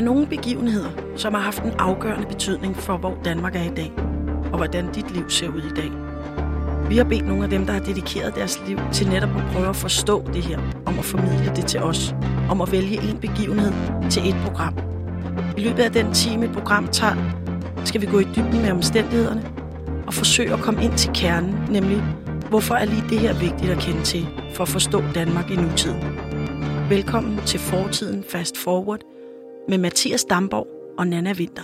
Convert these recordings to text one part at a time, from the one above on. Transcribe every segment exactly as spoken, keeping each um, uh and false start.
er nogle begivenheder, som har haft en afgørende betydning for, hvor Danmark er i dag, og hvordan dit liv ser ud i dag. Vi har bedt nogle af dem, der har dedikeret deres liv til netop at prøve at forstå det her, om at formidle det til os, om at vælge en begivenhed til et program. I løbet af den time, et program tager, skal vi gå i dybden med omstændighederne og forsøge at komme ind til kernen, nemlig hvorfor er lige det her vigtigt at kende til for at forstå Danmark i nutiden. Velkommen til Fortiden Fast Forward med Mathias Damborg og Nanna Winther.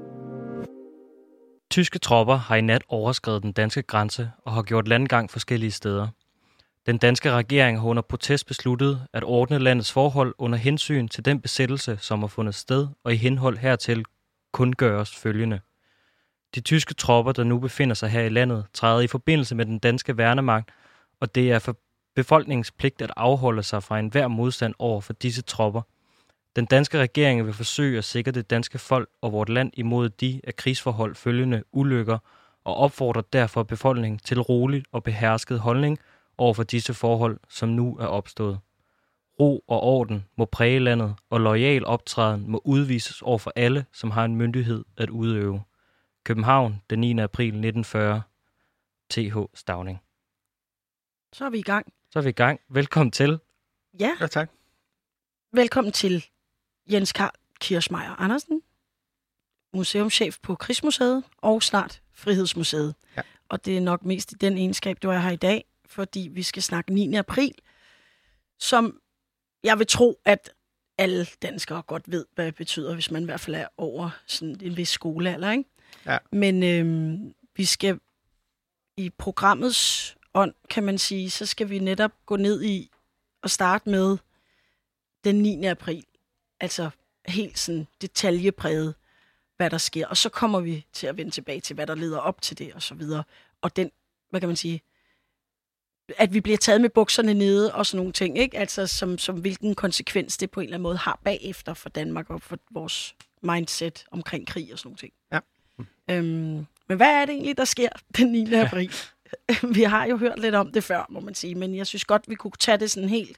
Tyske tropper har i nat overskredet den danske grænse og har gjort landgang forskellige steder. Den danske regering har under protest besluttet at ordne landets forhold under hensyn til den besættelse, som har fundet sted, og i henhold hertil kun gøres følgende. De tyske tropper, der nu befinder sig her i landet, træder i forbindelse med den danske værnemagt, og det er for befolkningens pligt at afholde sig fra enhver modstand over for disse tropper. Den danske regering vil forsøge at sikre det danske folk og vort land imod de af krigsforhold følgende ulykker, og opfordrer derfor befolkningen til rolig og behersket holdning over for disse forhold, som nu er opstået. Ro og orden må præge landet, og loyal optræden må udvises over for alle, som har en myndighed at udøve. København, den niende april nitten fyrre. T H Stauning. Så er vi i gang. Så er vi i gang. Velkommen til. Ja. Ja, tak. Velkommen til Jens Karl Kirschmeier Andersen, museumschef på Krigsmuseet og snart Frihedsmuseet. Ja. Og det er nok mest i den egenskab, du er her i dag, fordi vi skal snakke niende april, som jeg vil tro, at alle danskere godt ved, hvad det betyder, hvis man i hvert fald er over sådan en vis skolealder, ikke? Ja. Men øh, vi skal i programmets ånd, kan man sige, så skal vi netop gå ned i og starte med den niende april. Altså helt sådan detaljepræget, hvad der sker. Og så kommer vi til at vende tilbage til, hvad der leder op til det, og så videre. Og den, hvad kan man sige, at vi bliver taget med bukserne nede og sådan nogle ting, ikke? Altså som, som hvilken konsekvens det på en eller anden måde har bagefter for Danmark og for vores mindset omkring krig og sådan nogle ting. Ja. Øhm, men hvad er det egentlig, der sker den niende april? Vi har jo hørt lidt om det før, må man sige, men jeg synes godt, vi kunne tage det sådan helt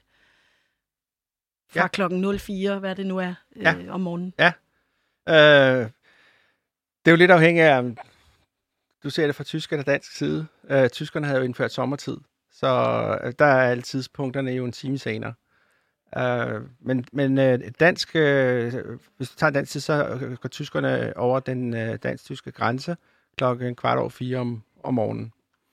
fra ja. klokken nul fire, hvad det nu er, øh, ja. om morgenen. Ja. Øh, det er jo lidt afhængigt af, om du ser det fra tysk eller dansk side. Øh, tyskerne havde jo indført sommertid, så øh, der er alle tidspunkterne jo en time senere. Øh, men men øh, dansk, øh, hvis du tager dansk tid, så går tyskerne over den øh, dansk-tyske grænse klokken kvart over fire om, om morgenen.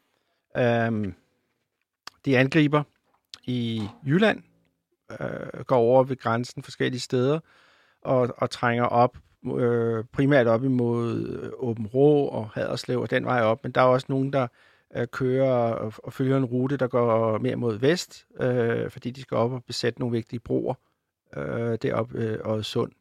Øh, de angriber i Jylland, øh, går over ved grænsen forskellige steder og, og trænger op, øh, primært op imod øh, Åben Rå og Haderslev og den vej op. Men der er også nogen, der øh, kører og, og følger en rute, der går mere mod vest, øh, fordi de skal op og besætte nogle vigtige broer øh, deroppe øh, Oddesund.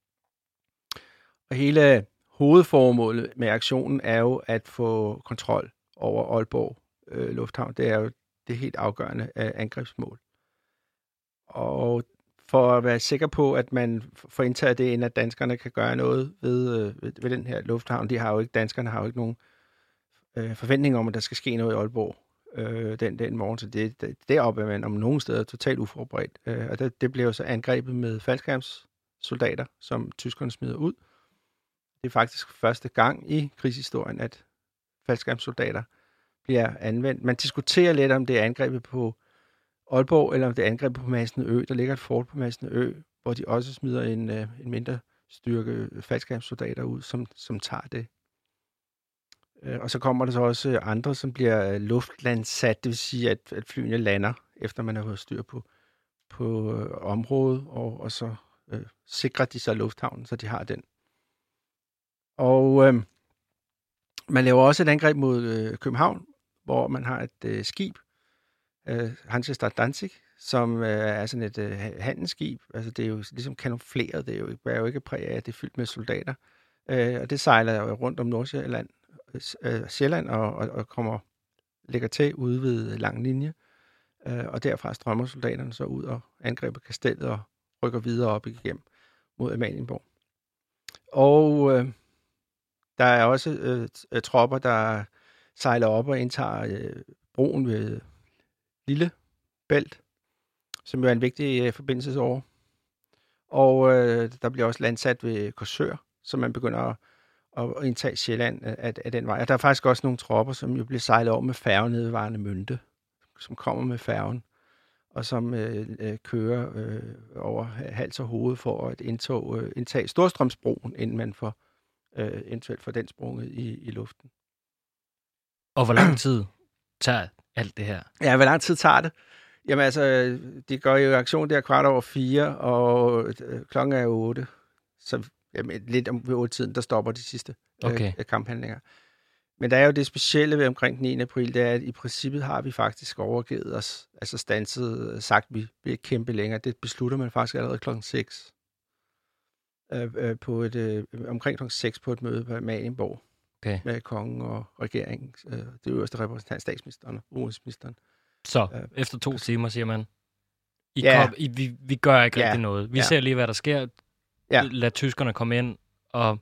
Og hele hovedformålet med aktionen er jo at få kontrol over Aalborg øh, Lufthavn. Det er jo det helt afgørende øh, angrebsmål. Og for at være sikker på, at man får indtaget det, inden at danskerne kan gøre noget ved, øh, ved, ved den her lufthavn. De har jo ikke, danskerne har jo ikke nogen øh, forventning om, at der skal ske noget i Aalborg øh, den, den morgen. Så det, det, deroppe er man om nogle steder totalt uforberedt. Øh, og det, det bliver jo så angrebet med faldskærmssoldater, som tyskerne smider ud. Det er faktisk første gang i krigshistorien, at faldskærmssoldater bliver anvendt. Man diskuterer lidt, om det er angrebet på Aalborg, eller om det er angrebet på Masnedø. Der ligger et fort på Masnedø, hvor de også smider en, øh, en mindre styrke faldskærmssoldater ud, som, som tager det. Øh, og så kommer der så også andre, som bliver luftlandsat, det vil sige, at, at flyene lander, efter man har fået styr på, på øh, området, og, og så øh, sikrer de så lufthavnen, så de har den. Og øh, man laver også et angreb mod øh, København, hvor man har et øh, skib, øh, Hansestadt Danzig, som øh, er sådan et øh, handelsskib. Altså det er jo ligesom kamufleret, det er jo, er jo ikke præg af, at det er fyldt med soldater. Øh, og det sejler jo rundt om Nordsjælland øh, Sjælland og, og, og kommer, lægger til ude ved lang linje. Øh, og derfra strømmer soldaterne så ud og angriber kastellet og rykker videre op igennem mod Amalienborg. Og øh, der er også øh, tropper, der sejler op og indtager øh, broen ved Lille Bælt, som jo er en vigtig øh, forbindelsesåre. Og øh, der bliver også landsat ved Korsør, så man begynder at, at indtage Sjælland af, af den vej. Og der er faktisk også nogle tropper, som jo bliver sejlet over med færgen nede ved Warnemünde, som kommer med færgen, og som øh, øh, kører øh, over hals og hoved for at indtog, øh, indtage Storstrømsbroen, inden man får øh, eventuelt får den sprunget i, i luften. Og hvor lang tid tager alt det her? Ja, hvor lang tid tager det? Jamen altså, de går jo i aktion der kvart over fire, og øh, klokken er otte. Så jamen, lidt om ved otte-tiden, der stopper de sidste okay. øh, kamphandlinger. Men der er jo det specielle ved omkring den niende april, det er, at i princippet har vi faktisk overgivet os, altså standset, sagt, at vi vil ikke kæmpe længere. Det beslutter man faktisk allerede klokken seks. Øh, øh, på et, øh, omkring klokken seks på et møde på Marienborg. Okay. Med kongen og regeringen. Øh, det øverste repræsentant, statsministeren og udenrigsministeren. Så øh, efter to timer siger man, I ja. kom, I, vi, vi gør ikke ja. rigtig noget. Vi ja. ser lige, hvad der sker. Ja. Lad tyskerne komme ind, og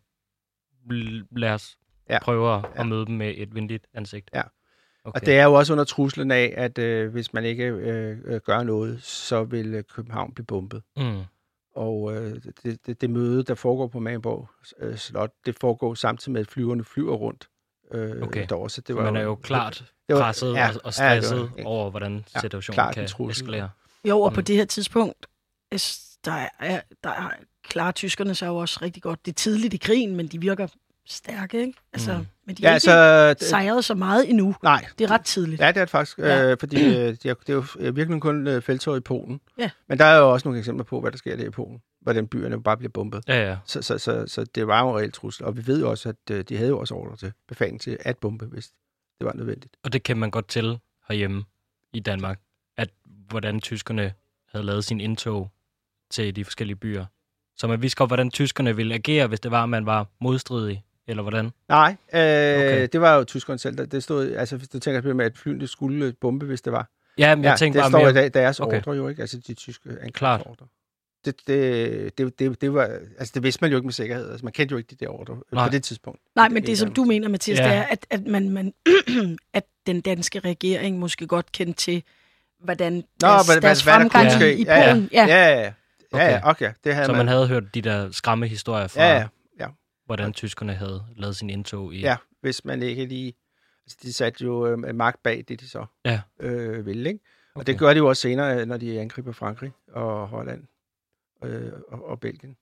lad os ja. prøve at ja. møde dem med et venligt ansigt. Ja. Okay. Og det er jo også under truslen af, at øh, hvis man ikke øh, gør noget, så vil øh, København blive bombet. Mm. Og øh, det, det, det møde, der foregår på Marienborg øh, Slot, det foregår samtidig med, at flyverne flyver rundt øh, okay. derovre. Så, det så var man jo, er jo klart det var, presset ja, og stresset ja, var, over, hvordan ja, situationen kan eskalere. Jo, og mm. på det her tidspunkt, der er, der er klarer tyskerne sig jo også rigtig godt. Det er tidligt i krigen, men de virker stærke, ikke? Altså, mm. men de er ja, ikke altså, sejret så meget endnu. Nej. Det er ret tidligt. Ja, det er det faktisk, ja. øh, fordi øh, det, er, det er jo virkelig kun øh, felttoget i Polen. Ja. Men der er jo også nogle eksempler på, hvad der sker der i Polen, hvordan byerne bare bliver bombet. Ja, ja. Så, så, så, så det var jo en reel trussel, og vi ved jo også, at øh, de havde jo også ordre til, befaling til at bombe, hvis det var nødvendigt. Og det kan man godt til herhjemme i Danmark, at hvordan tyskerne havde lavet sin indtog til de forskellige byer. Så man vidste godt, hvordan tyskerne ville agere, hvis det var, at man var modstridig, eller hvordan? Nej, øh, okay. det var jo tyskerne selv. Det stod, altså hvis du tænker på, at flyene skulle bombe, hvis det var. Ja, men jeg ja, tænkte det bare står mere... i dag, deres okay. ordre jo ikke, altså de tyske angrebsordre. Det, det, det, det, det var, altså det vidste man jo ikke med sikkerhed. Altså man kendte jo ikke de der ordre på det tidspunkt. Nej, men det, det som du mener, Mathias, ja. det er, at, at, man, man, at den danske regering måske godt kendte til, hvordan Nå, deres, hvad, deres hvad, fremgang hvad i, i Polen... Ja, ja, ja. ja. Okay. Ja, okay. Det havde så man, man havde hørt de der skræmmehistorier fra, ja, ja, ja. hvordan tyskerne havde lavet sin indtog i... Ja, hvis man ikke lige... Altså, de satte jo øh, magt bag det, de så ja. øh, ville, ikke? Okay. Og det gør de jo også senere, når de angriber Frankrig og Holland øh, og, og Belgien.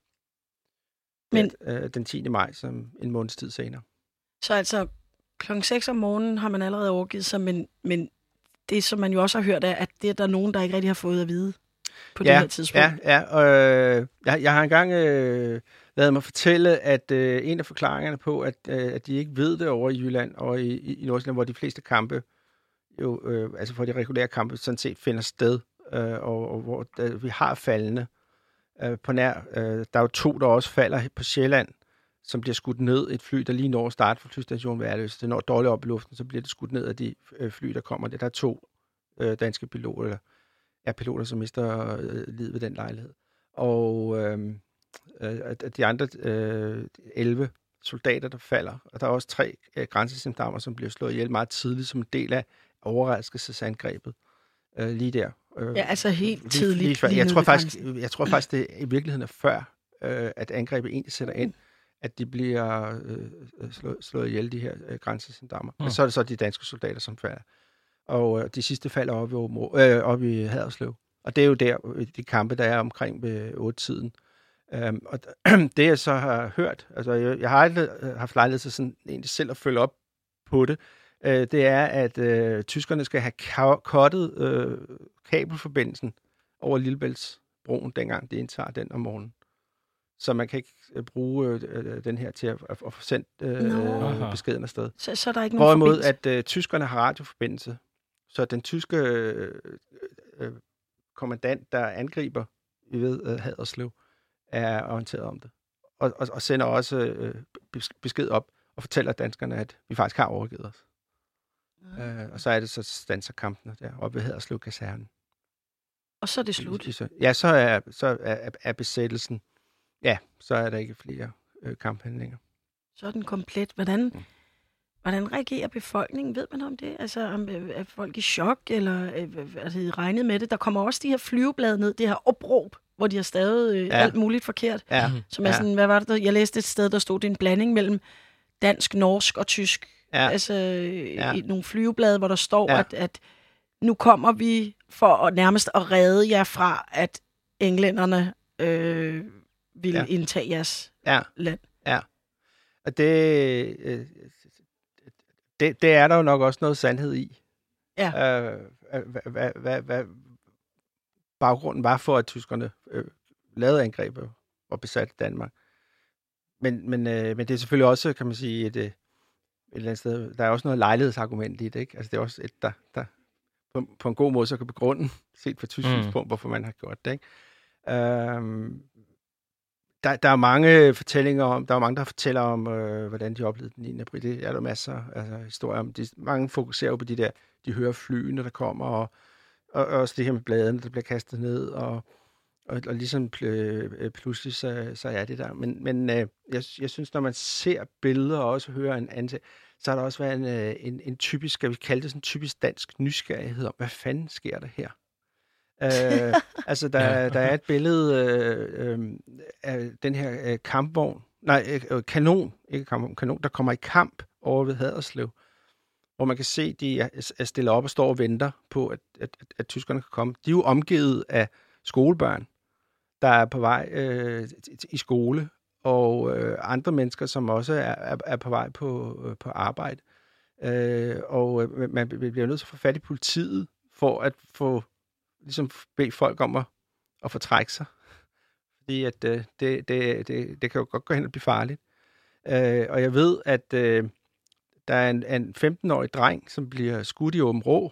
Men, øh, den tiende maj, som en måneds tid senere. Så altså, klokken seks om morgenen har man allerede overgivet sig, men, men det, som man jo også har hørt, er, at det er der nogen, der ikke rigtig har fået at vide på ja, det her tidspunkt. Ja, ja. Øh, jeg, jeg har engang øh, lavet mig fortælle, at øh, en af forklaringerne på, at, øh, at de ikke ved det over i Jylland og i, i Nordsjælland, hvor de fleste kampe, jo, øh, altså for de regulære kampe, sådan set finder sted, øh, og, og hvor øh, vi har faldende øh, på nær. Øh, der er jo to, der også falder på Sjælland, som bliver skudt ned. Et fly, der lige når at starte fra flystationen Værløse. Det når dårligt op i luften, så bliver det skudt ned af de øh, fly, der kommer. Der er to øh, danske piloter, eller er piloter, som mister øh, livet ved den lejlighed. Og øh, øh, de andre øh, elleve soldater, der falder, og der er også tre øh, grænsesimdammer, som bliver slået ihjel meget tidligt som en del af overraskelsesangrebet. Øh, lige der. Øh, ja, altså helt tidligt. Lige, lige lige jeg, tror faktisk, jeg tror faktisk, det i virkeligheden er før, øh, at angrebet egentlig sætter ind, at de bliver øh, slået, slået ihjel, de her øh, grænsesimdammer. Mm. Og så er det så de danske soldater, som falder. Og øh, de sidste falder op i, øh, op i Haderslev. Og det er jo der, de kampe, der er omkring ved otte-tiden. Um, og det, jeg så har hørt, altså jeg, jeg har aldrig haft lejlighed til sådan egentlig selv at følge op på det, uh, det er, at uh, tyskerne skal have kottet uh, kabelforbindelsen over Lillebæltsbroen, dengang de indtager den om morgenen. Så man kan ikke uh, bruge uh, den her til at, at, at få sendt uh, beskeden afsted. Så, så er der ikke nogen Hvorimod, at uh, tyskerne har radioforbindelse. Så den tyske uh, uh, kommandant, der angriber, vi ved, uh, Haderslev, er orienteret om det. Og, og, og sender også øh, besked op og fortæller danskerne, at vi faktisk har overgivet os. Ja. Øh, og så er det så standser kampene der oppe ved Haderslev kaserne. Og så er det slut? Ja, så er, så er, er besættelsen, ja, så er der ikke flere øh, kamphandlinger. Så er den komplet. Hvordan, mm. hvordan reagerer befolkningen? Ved man om det? Altså, er folk i chok, eller er det regnet med det? Der kommer også de her flyveblade ned, det her opråb hvor de har stavet øh, Ja. alt muligt forkert. Ja. Som er Ja. sådan, hvad var det der? Jeg læste et sted, der stod, det er en blanding mellem dansk, norsk og tysk. Ja. Altså øh, Ja. i nogle flyveblade, hvor der står, Ja. at, at nu kommer vi for at nærmest at redde jer fra, at englænderne øh, ville Ja. indtage jeres Ja. land. Og det, øh, det, det er der jo nok også noget sandhed i. Ja. Øh, hvad, hvad, hvad, hvad baggrunden var for, at tyskerne øh, lavede angrebet og besatte Danmark. Men, men, øh, men det er selvfølgelig også, kan man sige, et, et eller andet sted, der er også noget lejlighedsargument i det, ikke? Altså det er også et, der, der på, på en god måde så kan begrunde, set fra tysk Mm. synspunkt, hvorfor man har gjort det, ikke? Øhm, der, der er mange fortællinger om, der er mange, der fortæller om, øh, hvordan de oplevede den niende april. Det er der masser af altså, historier om. De, mange fokuserer jo på de der, de hører flyene, der kommer, og, og, og også det her med bladene, der bliver kastet ned, og, og, og ligesom pl- pludselig, så, så er det der. Men, men øh, jeg, jeg synes, når man ser billeder og også hører en anden, så har der også været en, øh, en, en typisk, skal vi kalde det sådan en typisk dansk nysgerrighed om, hvad fanden sker der her? øh, altså, der, Ja. der er et billede øh, øh, af den her øh, kampvogn, nej, øh, kanon, ikke kampvogn, kanon, der kommer i kamp over ved Haderslev, hvor man kan se, de er, er stillet op og står og venter på, at, at, at, at tyskerne kan komme. De er jo omgivet af skolebørn, der er på vej øh, i skole, og øh, andre mennesker, som også er, er, er på vej på, øh, på arbejde. Øh, og øh, man bliver nødt til at få fat i politiet, for at få ligesom bede folk om at, at fortrække sig. Fordi at, øh, det, det, det, det kan jo godt gå hen og blive farligt. Øh, og jeg ved, at øh, der er en, en femten-årig dreng, som bliver skudt i Åben Rå.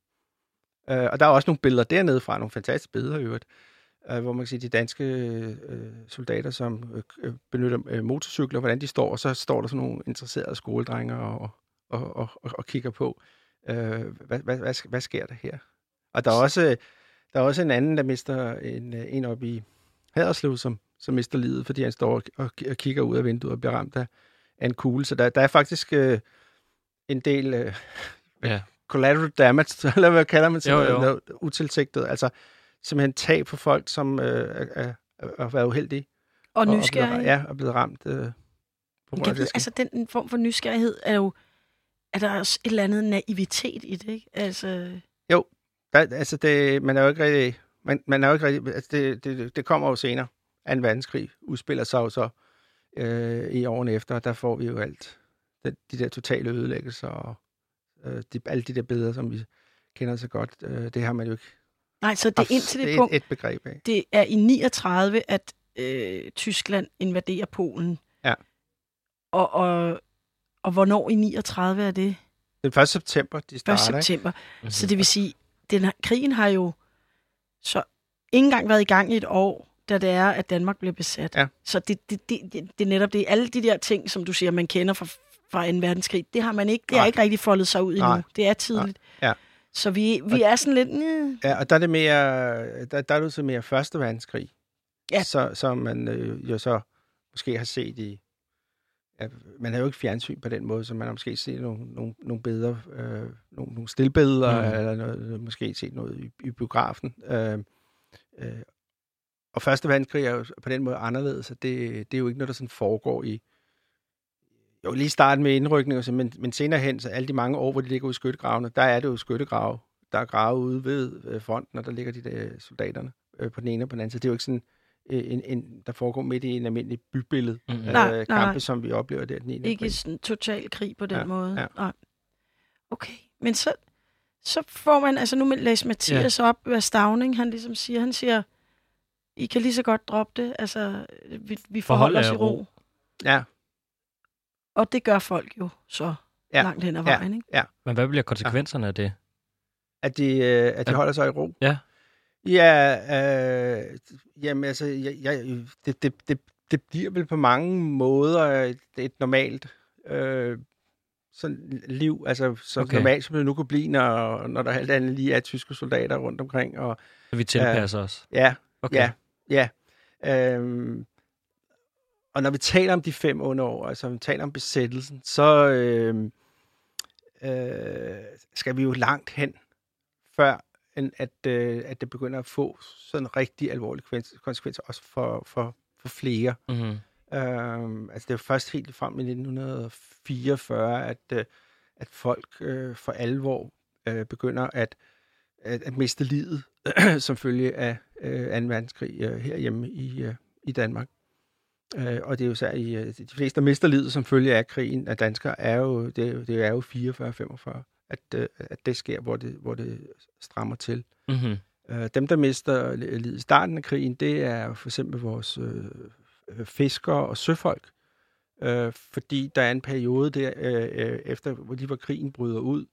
Øh, og der er også nogle billeder dernede fra, nogle fantastiske billeder i øvrigt, øh, hvor man kan se de danske øh, soldater, som øh, benytter øh, motorcykler, hvordan de står, og så står der sådan nogle interesserede skoledrenge og, og, og, og, og kigger på, øh, hvad, hvad, hvad, hvad sker der her? Og der er også, der er også en anden, der mister en, en op i Haderslev, som, som mister livet, fordi han står og, og kigger ud af vinduet og bliver ramt af, af en kugle. Så der, der er faktisk øh, en del øh, Ja. collateral damage, eller hvad kalder man Jo, det? jo. Noget utilsigtet. Altså simpelthen tab for folk, som øh, er, er, er været uheldige. Og og nysgerrighed. blevet, ja, og blevet ramt øh, på grund Jeg af ved, det. altså, den form for nysgerrighed er jo, er der også et eller andet naivitet i det, ikke? Altså, Der, altså, det, man er jo ikke rigtig... Man, man er jo ikke rigtig... Altså, det, det, det kommer jo senere. anden verdenskrig udspiller sig jo så øh, i årene efter, og der får vi jo alt. De, de der totale ødelæggelser og øh, de, alle de der billeder, som vi kender så godt, øh, det har man jo ikke nej, så det er indtil det, det er punkt, et, et begreb af. det er i niogtredive, at øh, Tyskland invaderer Polen. Ja. Og, og, og hvornår i niogtredive er det? Den første september, de starter, første ikke? september. Mm-hmm. Så det vil sige, den her, krigen har jo så ikke engang været i gang i et år, da det er, at Danmark bliver besat. Ja. Så det, det, det, det, det er netop det. Alle de der ting, som du siger, man kender fra, fra anden verdenskrig, det har man ikke, det har Nej. ikke rigtig foldet sig ud endnu. Nej. Det er tidligt. Ja. Så vi, vi er sådan lidt... Mm, Ja, og der er det mere, der, der er det så mere første verdenskrig, Ja. så, som man øh, jo så måske har set i, ja, man har jo ikke fjernsyn på den måde, så man har måske set nogle, nogle, nogle billeder, øh, nogle, nogle stillbilleder, Mm. mm. eller noget, måske set noget i, i biografen. Øh, øh, og første verdenskrig er jo på den måde anderledes, så det, det er jo ikke noget, der sådan foregår i, jo lige starten med indrykning, og så, men, men senere hen, så alle de mange år, hvor de ligger ude i skyttegravene, der er det jo skyttegrave, der er grave ude ved øh, fronten, og der ligger de der soldaterne øh, på den ene og på den anden. Så det er jo ikke sådan, øh, en, en, der foregår midt i en almindelig bybillede. Mhm. Øh, Nej, kampe, nej. som vi oplever der den niende ikke april. sådan total krig på den Ja, måde. ja. Nej. Okay, men så, så får man, altså nu med læs Mathias op, hvad Stavning, han ligesom siger, han siger, I kan lige så godt droppe det, altså vi, vi forholder os i ro. ro. Ja, Og det gør folk jo så Ja. ja. langt hen ad Ja. vejen, ikke? Men hvad bliver konsekvenserne af det? at de, øh, at de Ja. holder sig i ro. Ja. Ja, øh, jamen altså, jeg, jeg, det, det, det, det bliver vel på mange måder et, et normalt øh, sådan liv, altså så Okay. okay. normalt som det nu kunne blive, når, når der alt andet lige er tyske soldater rundt omkring. Og, Så vi tilpasser os? ja, Okay. ja, ja. Øhm, og når vi taler om de fem underår, altså vi taler om besættelsen, så øh, øh, skal vi jo langt hen, før end at, øh, at det begynder at få sådan rigtig alvorlige konsekvenser, også for, for, for flere. Mm-hmm. Øhm, altså det er jo først helt frem i nitten fireogfyrre, at, øh, at folk øh, for alvor øh, begynder at, at, at miste livet, som følge af øh, anden verdenskrig øh, herhjemme i, øh, i Danmark. Øh, og det er jo så i øh, de fleste, der mister livet som følge af krigen af danskere, er jo, det, er jo, det er jo fireogfyrre femogfyrre, at, øh, at det sker, hvor det, hvor det strammer til. Mm-hmm. Øh, dem, der mister livet i starten af krigen, det er for eksempel vores øh, fiskere og søfolk, øh, fordi der er en periode der, øh, efter hvor de var krigen bryder ud,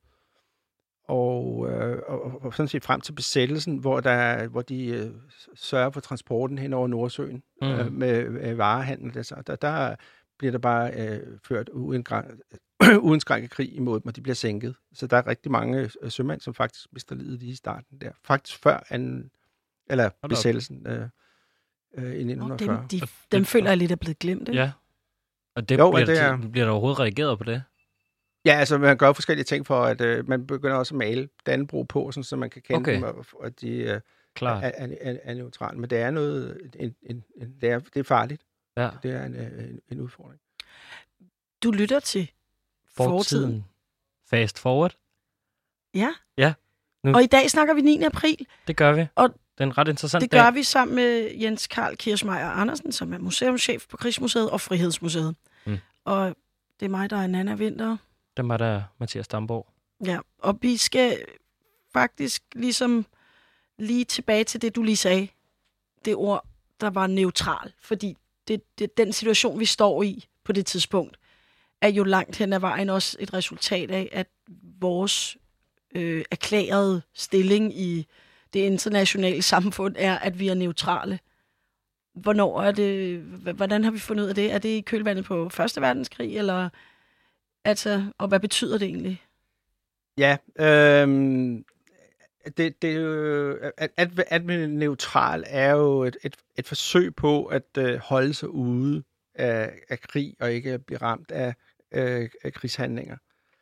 og, øh, og, og sådan set frem til besættelsen, hvor, der, hvor de øh, sørger for transporten hen over Nordsøen mm. øh, med øh, varehandel. Der, der, der bliver der bare øh, ført uindskrænket krig imod dem, og de bliver sænket. Så der er rigtig mange øh, sømænd, som faktisk mister livet lige i starten der. Faktisk før anden, eller besættelsen øh, øh, i nitten fyrre. Oh, dem, de, dem føler jeg lidt er blevet glemt, ikke? Ja. Og det, jo, bliver, det der, er... bliver der overhovedet reageret på det? Ja, altså man gør forskellige ting for, at øh, man begynder også at male Dannebrog på, sådan, så man kan kende okay. dem, og, og at de øh, Klar. er, er, er, er neutrale. Men det er noget, en, en, en, det, er, det er farligt. Ja. Det er en, en, en udfordring. Du lytter til fortiden. fortiden. Fast forward. Ja. Ja. Nu. Og i dag snakker vi niende april. Det gør vi. Og det er en ret interessant det dag. Det gør vi sammen med Jens Karl Kirschmeier Andersen, som er museumschef på Krigsmuseet og Frihedsmuseet. Mm. Og det er mig, der er Nanna Winther. Det er mig, der er Mathias Damborg. Ja, og vi skal faktisk ligesom lige tilbage til det, du lige sagde. Det ord, der var neutral. Fordi det, det, den situation, vi står i på det tidspunkt, er jo langt hen ad vejen også et resultat af, at vores øh, erklærede stilling i det internationale samfund er, at vi er neutrale. Hvornår er det, hvordan har vi fundet ud af det? Er det i kølvandet på Første Verdenskrig, eller altså, og hvad betyder det egentlig? Ja, øhm, det, det er jo, at, at, at være neutral er jo et, et, et forsøg på at øh, holde sig ude af, af krig, og ikke at blive ramt af, øh, af krigshandlinger.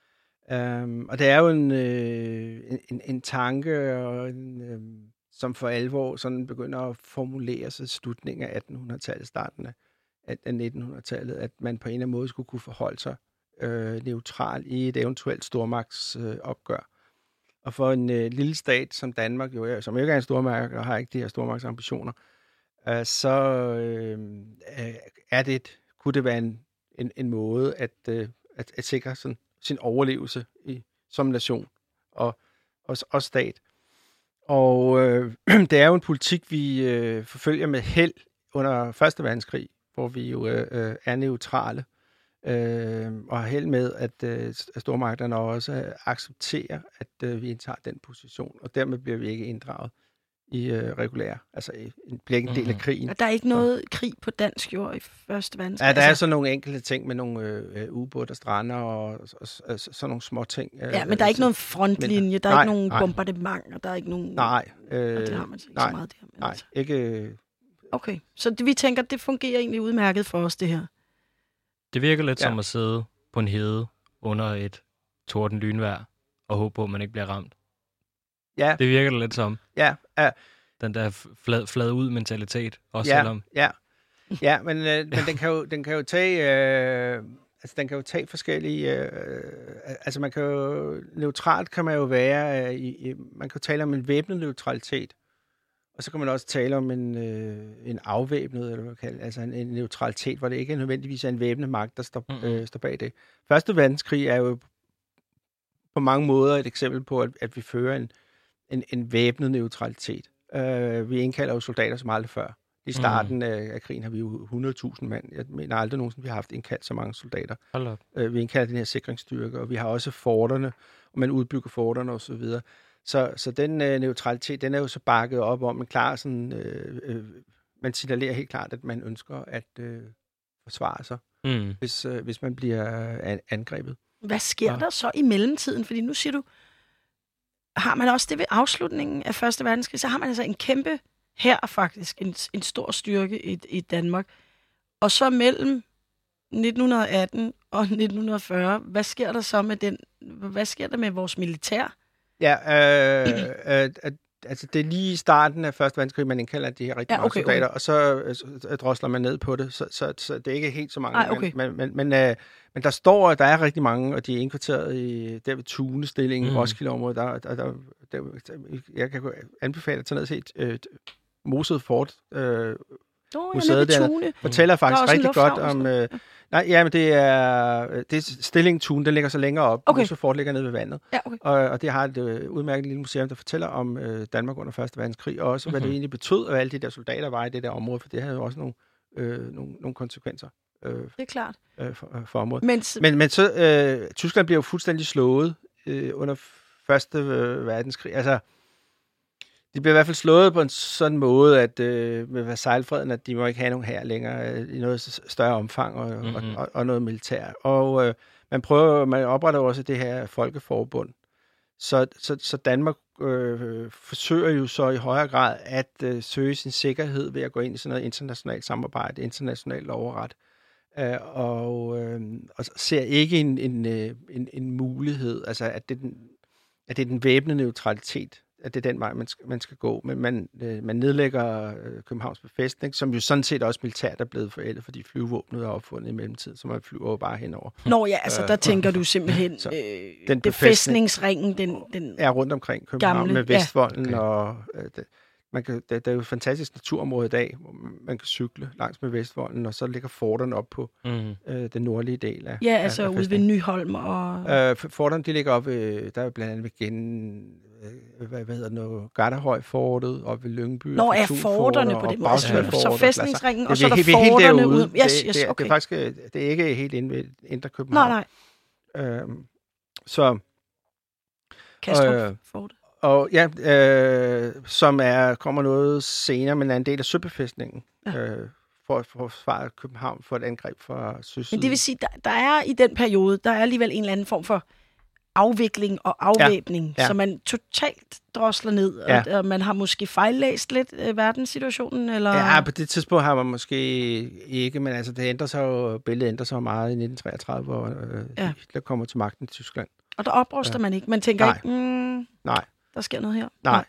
Um, og det er jo en, øh, en, en tanke, og en, øh, som for alvor sådan begynder at formulere sig i slutningen af attenhundredetallet, starten af nittenhundredetallet, at man på en eller anden måde skulle kunne forholde sig øh, neutral i et eventuelt stormagtsopgør. Øh, og for en øh, lille stat som Danmark, jo, som ikke er en stormagt og har ikke de her stormagtsambitioner, øh, så øh, er det et, kunne det være en, en, en måde at, øh, at, at sikre sådan sin overlevelse i, som nation og, og, og stat. Og øh, det er jo en politik, vi øh, forfølger med held under Første Verdenskrig, hvor vi jo øh, er neutrale, øh, og har held med, at øh, stormagterne også accepterer, at øh, vi indtager den position, og dermed bliver vi ikke inddraget i øh, regulær, altså i, bliver ikke en del af krigen. Og der er ikke noget krig på dansk jord i Første Verdenskrig? Ja, der er så nogle enkelte ting med nogle øh, ubåde, der strander og, og, og så, sådan nogle små ting. Øh, ja, men der er ikke nogen frontlinje, der er nej, ikke nogen nej. bombardementer, der er ikke nogen... Nej. Øh, og det har man ikke nej, så meget der. Nej, altså. ikke... Okay, så det, vi tænker, det fungerer egentlig udmærket for os, det her. Det virker lidt ja. som at sidde på en hede under et torden lynvejr og håbe på, at man ikke bliver ramt. Ja. Det virker lidt som. Ja, ja. Den der flad, flad ud mentalitet, også ja, selvom... Ja, ja men, øh, men den, kan jo, den kan jo tage... Øh, altså, den kan jo tage forskellige... Øh, altså, man kan jo... Neutralt kan man jo være... Øh, i, man kan jo tale om en væbnet neutralitet. Og så kan man også tale om en, øh, en afvæbnet, eller hvad man kalder, altså en, en neutralitet, hvor det ikke er nødvendigvis er en væbnet magt, der står, mm-hmm. øh, står bag det. Første verdenskrig er jo på mange måder et eksempel på, at, at vi fører en, en, en væbnet neutralitet. Uh, vi indkalder jo soldater som aldrig før. I starten mm. af, af krigen har vi jo hundrede tusind mand. Jeg mener aldrig nogensinde, vi har haft indkaldt så mange soldater. Uh, vi indkalder den her sikringsstyrke, og vi har også forterne, og man udbygger forterne og så videre. Så, så den øh, neutralitet, den er jo så bakket op om en klar sådan, øh, øh, man signalerer helt klart, at man ønsker at øh, forsvare sig, mm. hvis, øh, hvis man bliver øh, angrebet. Hvad sker ja. der så i mellemtiden? Fordi nu siger du, har man også det ved afslutningen af Første Verdenskrig, så har man altså en kæmpe hær faktisk, en, en stor styrke i, i Danmark. Og så mellem nitten atten og nitten fyrre, hvad sker der så med den, hvad sker der med vores militær? Ja, øh, øh, øh, altså, det er lige i starten af første verdenskrig, man indkalder de her rigtig Ja, okay, mange soldater, okay. og så øh, drosler man ned på det, så, så, så det er ikke helt så mange. Ej, okay. Men, men, men, øh, men der står, at der er rigtig mange, og de er indkvarteret i der ved Tune-stillingen, mm. Roskilde-området. Der, der, der, der, jeg kan anbefale at tage ned og se et øh, Moset Fort øh, oh, museet der. Fortæller faktisk rigtig godt om... Øh, nej, ja, men det er, det er stillingen Tune, den ligger så længere op. Okay. Moset Fort ligger nede ved vandet. Ja, okay. og, og det har et øh, udmærket lille museum, der fortæller om øh, Danmark under første verdenskrig, og også, mm-hmm. hvad det egentlig betød, og alle de der soldater var i det der område, for det havde jo også nogle, øh, nogle, nogle konsekvenser. Øh, det er klart. Øh, for, øh, for området. Men, men, men så, øh, Tyskland bliver jo fuldstændig slået øh, under første øh, verdenskrig. Altså, de bliver i hvert fald slået på en sådan måde, at øh, med Versailles-freden, at de må ikke have nogen her længere øh, i noget større omfang og, mm-hmm. og, og, og noget militær. Og øh, man prøver, man opretter også det her folkeforbund. Så, så, så Danmark øh, forsøger jo så i højere grad at øh, søge sin sikkerhed ved at gå ind i sådan noget internationalt samarbejde, international lovret. Uh, og, uh, og ser ikke en, en, en, en mulighed, altså at det, er den, at det er den væbnede neutralitet, at det er den vej, man skal, man skal gå. Men man, uh, man nedlægger uh, Københavns befæstning, som jo sådan set også militært er blevet forældet, fordi flyvevåbnet er opfundet i mellemtiden, så man flyver jo bare henover. Nå ja, altså der uh, tænker du simpelthen, så, øh, den befæstningsringen, den, den er rundt omkring København gamle, med Vestvolden, ja. og uh, det, man kan, der, der er jo et fantastisk naturområde i dag, hvor man kan cykle langs med Vestvolden, og så ligger forterne op på mm. øh, den nordlige del af Ja, altså af ude ved Nyholm og... Øh, forterne, de ligger op ved, der er blandt andet ved gen, øh, hvad, hvad hedder det nu, Garderhøj-fortet, op ved Lyngby. Nå, er forterne på det måde. Altså, så fæstningsringen, og så er der forterne ude. Yes, yes, det, det, okay. det er faktisk, det er ikke helt inde ved Indre København. Nej, nej. Øhm, så... Kastrup-fortet. Og ja, øh, som er kommer noget senere, men er en del af Søbefæstningen, ja. øh, for at forsvare København for et angreb fra Søsyd. Men det vil sige, der, der er i den periode, der er alligevel en eller anden form for afvikling og afvæbning, ja. Ja. Så man totalt drosler ned, ja. og, og man har måske fejllæst lidt øh, verdenssituationen, eller? Ja, på det tidspunkt har man måske ikke, men altså det ændrer sig jo, billedet ændrer sig jo meget i nitten treogtredive, hvor øh, ja. Hitler kommer til magten i Tyskland. Og der opruster ja. man ikke, man tænker Nej. ikke, mm, Nej. der sker noget her. Nej,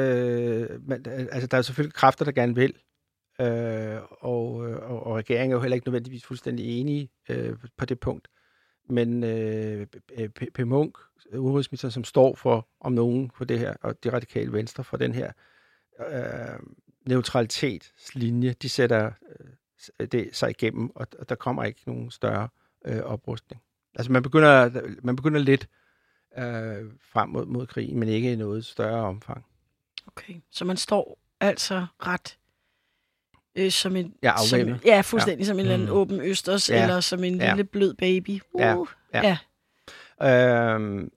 øh, men, altså der er selvfølgelig kræfter, der gerne vil, øh, og, og, og regeringen er jo heller ikke nødvendigvis fuldstændig enige øh, på det punkt. Men øh, P. Munk, udenrigsminister, som står for, om nogen, for det her, og det radikale venstre for den her øh, neutralitetslinje, de sætter øh, det sig igennem, og, og der kommer ikke nogen større øh, oprustning. Altså man begynder, man begynder lidt øh, frem mod, mod krigen, men ikke i noget større omfang. Okay, så man står altså ret øh, som en... Ja, afvæbnet. Ja, fuldstændig ja. som en eller anden mm. åben østers, ja. eller som en ja. lille blød baby. Uh, ja, ja. ja. Øhm,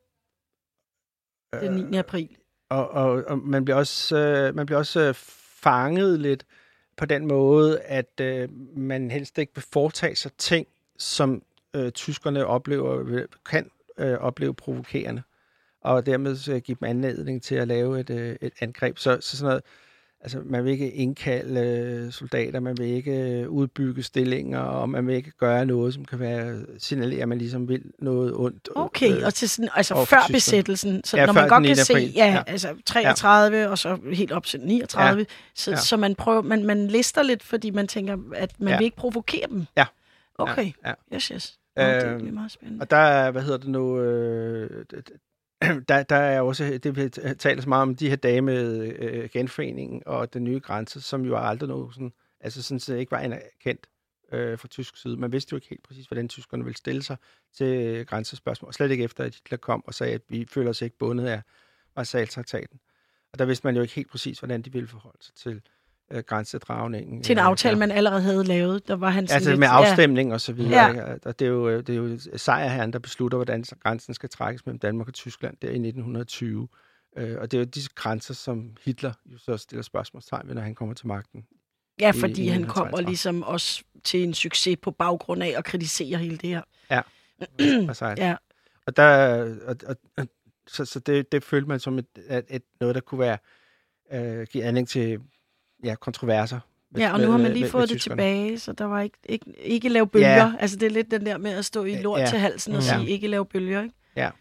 Den niende april. Og, og, og man bliver også, øh, man bliver også øh, fanget lidt på den måde, at øh, man helst ikke vil foretage sig ting, som øh, tyskerne oplever, kan øh, opleve provokerende, og dermed øh, give dem anledning til at lave et, øh, et angreb. Så, så sådan noget, altså man vil ikke indkalde øh, soldater, man vil ikke øh, udbygge stillinger, og man vil ikke gøre noget, som kan være signalere, at man ligesom vil noget ondt. Okay, øh, og til sådan, altså før besættelsen, så ja, når man godt kan se, ja, ja, altså treogtredive, ja. og så helt op til niogtredive, ja. så, ja. så man prøver, man, man lister lidt, fordi man tænker, at man ja. vil ikke provokere dem. Ja. Okay, ja. Ja. yes, yes. Oh, det er meget spændende. Og der er, hvad hedder det nu, øh, der, der er også, det vi taler så meget om, de her dage med øh, genforeningen og den nye grænse, som jo aldrig noget sådan, altså sådan set ikke var anerkendt øh, fra tysk side. Man vidste jo ikke helt præcis, hvordan tyskerne ville stille sig til grænsespørgsmål. Slet ikke efter, at Hitler kom og sagde, at vi føler os ikke bundet af Versailles-traktaten. Og der vidste man jo ikke helt præcis, hvordan de ville forholde sig til øh, grænsedragningen. Til en aftale, ja. man allerede havde lavet. Der var han altså lidt, med afstemning ja. og så videre. Ja. Og det er jo, det er jo sejrherren, der beslutter, hvordan grænsen skal trækkes mellem Danmark og Tyskland der i nitten tyve. Øh, og det er jo disse grænser, som Hitler jo så stiller spørgsmålstegn ved, når han kommer til magten. Ja, fordi i, i han kommer ligesom også til en succes på baggrund af at kritisere hele det her. Ja, ja. Og der, og, og, og, så, så det, det følte man som et, et, et noget, der kunne være øh, give anledning til ja, kontroverser. Med, ja, og nu har man lige med, fået med det tyskerne. Tilbage, så der var ikke, ikke, ikke lave bølger. Ja. Altså det er lidt den der med at stå i lort ja. til halsen og ja. sige, ikke lave bølger, ikke? Ja,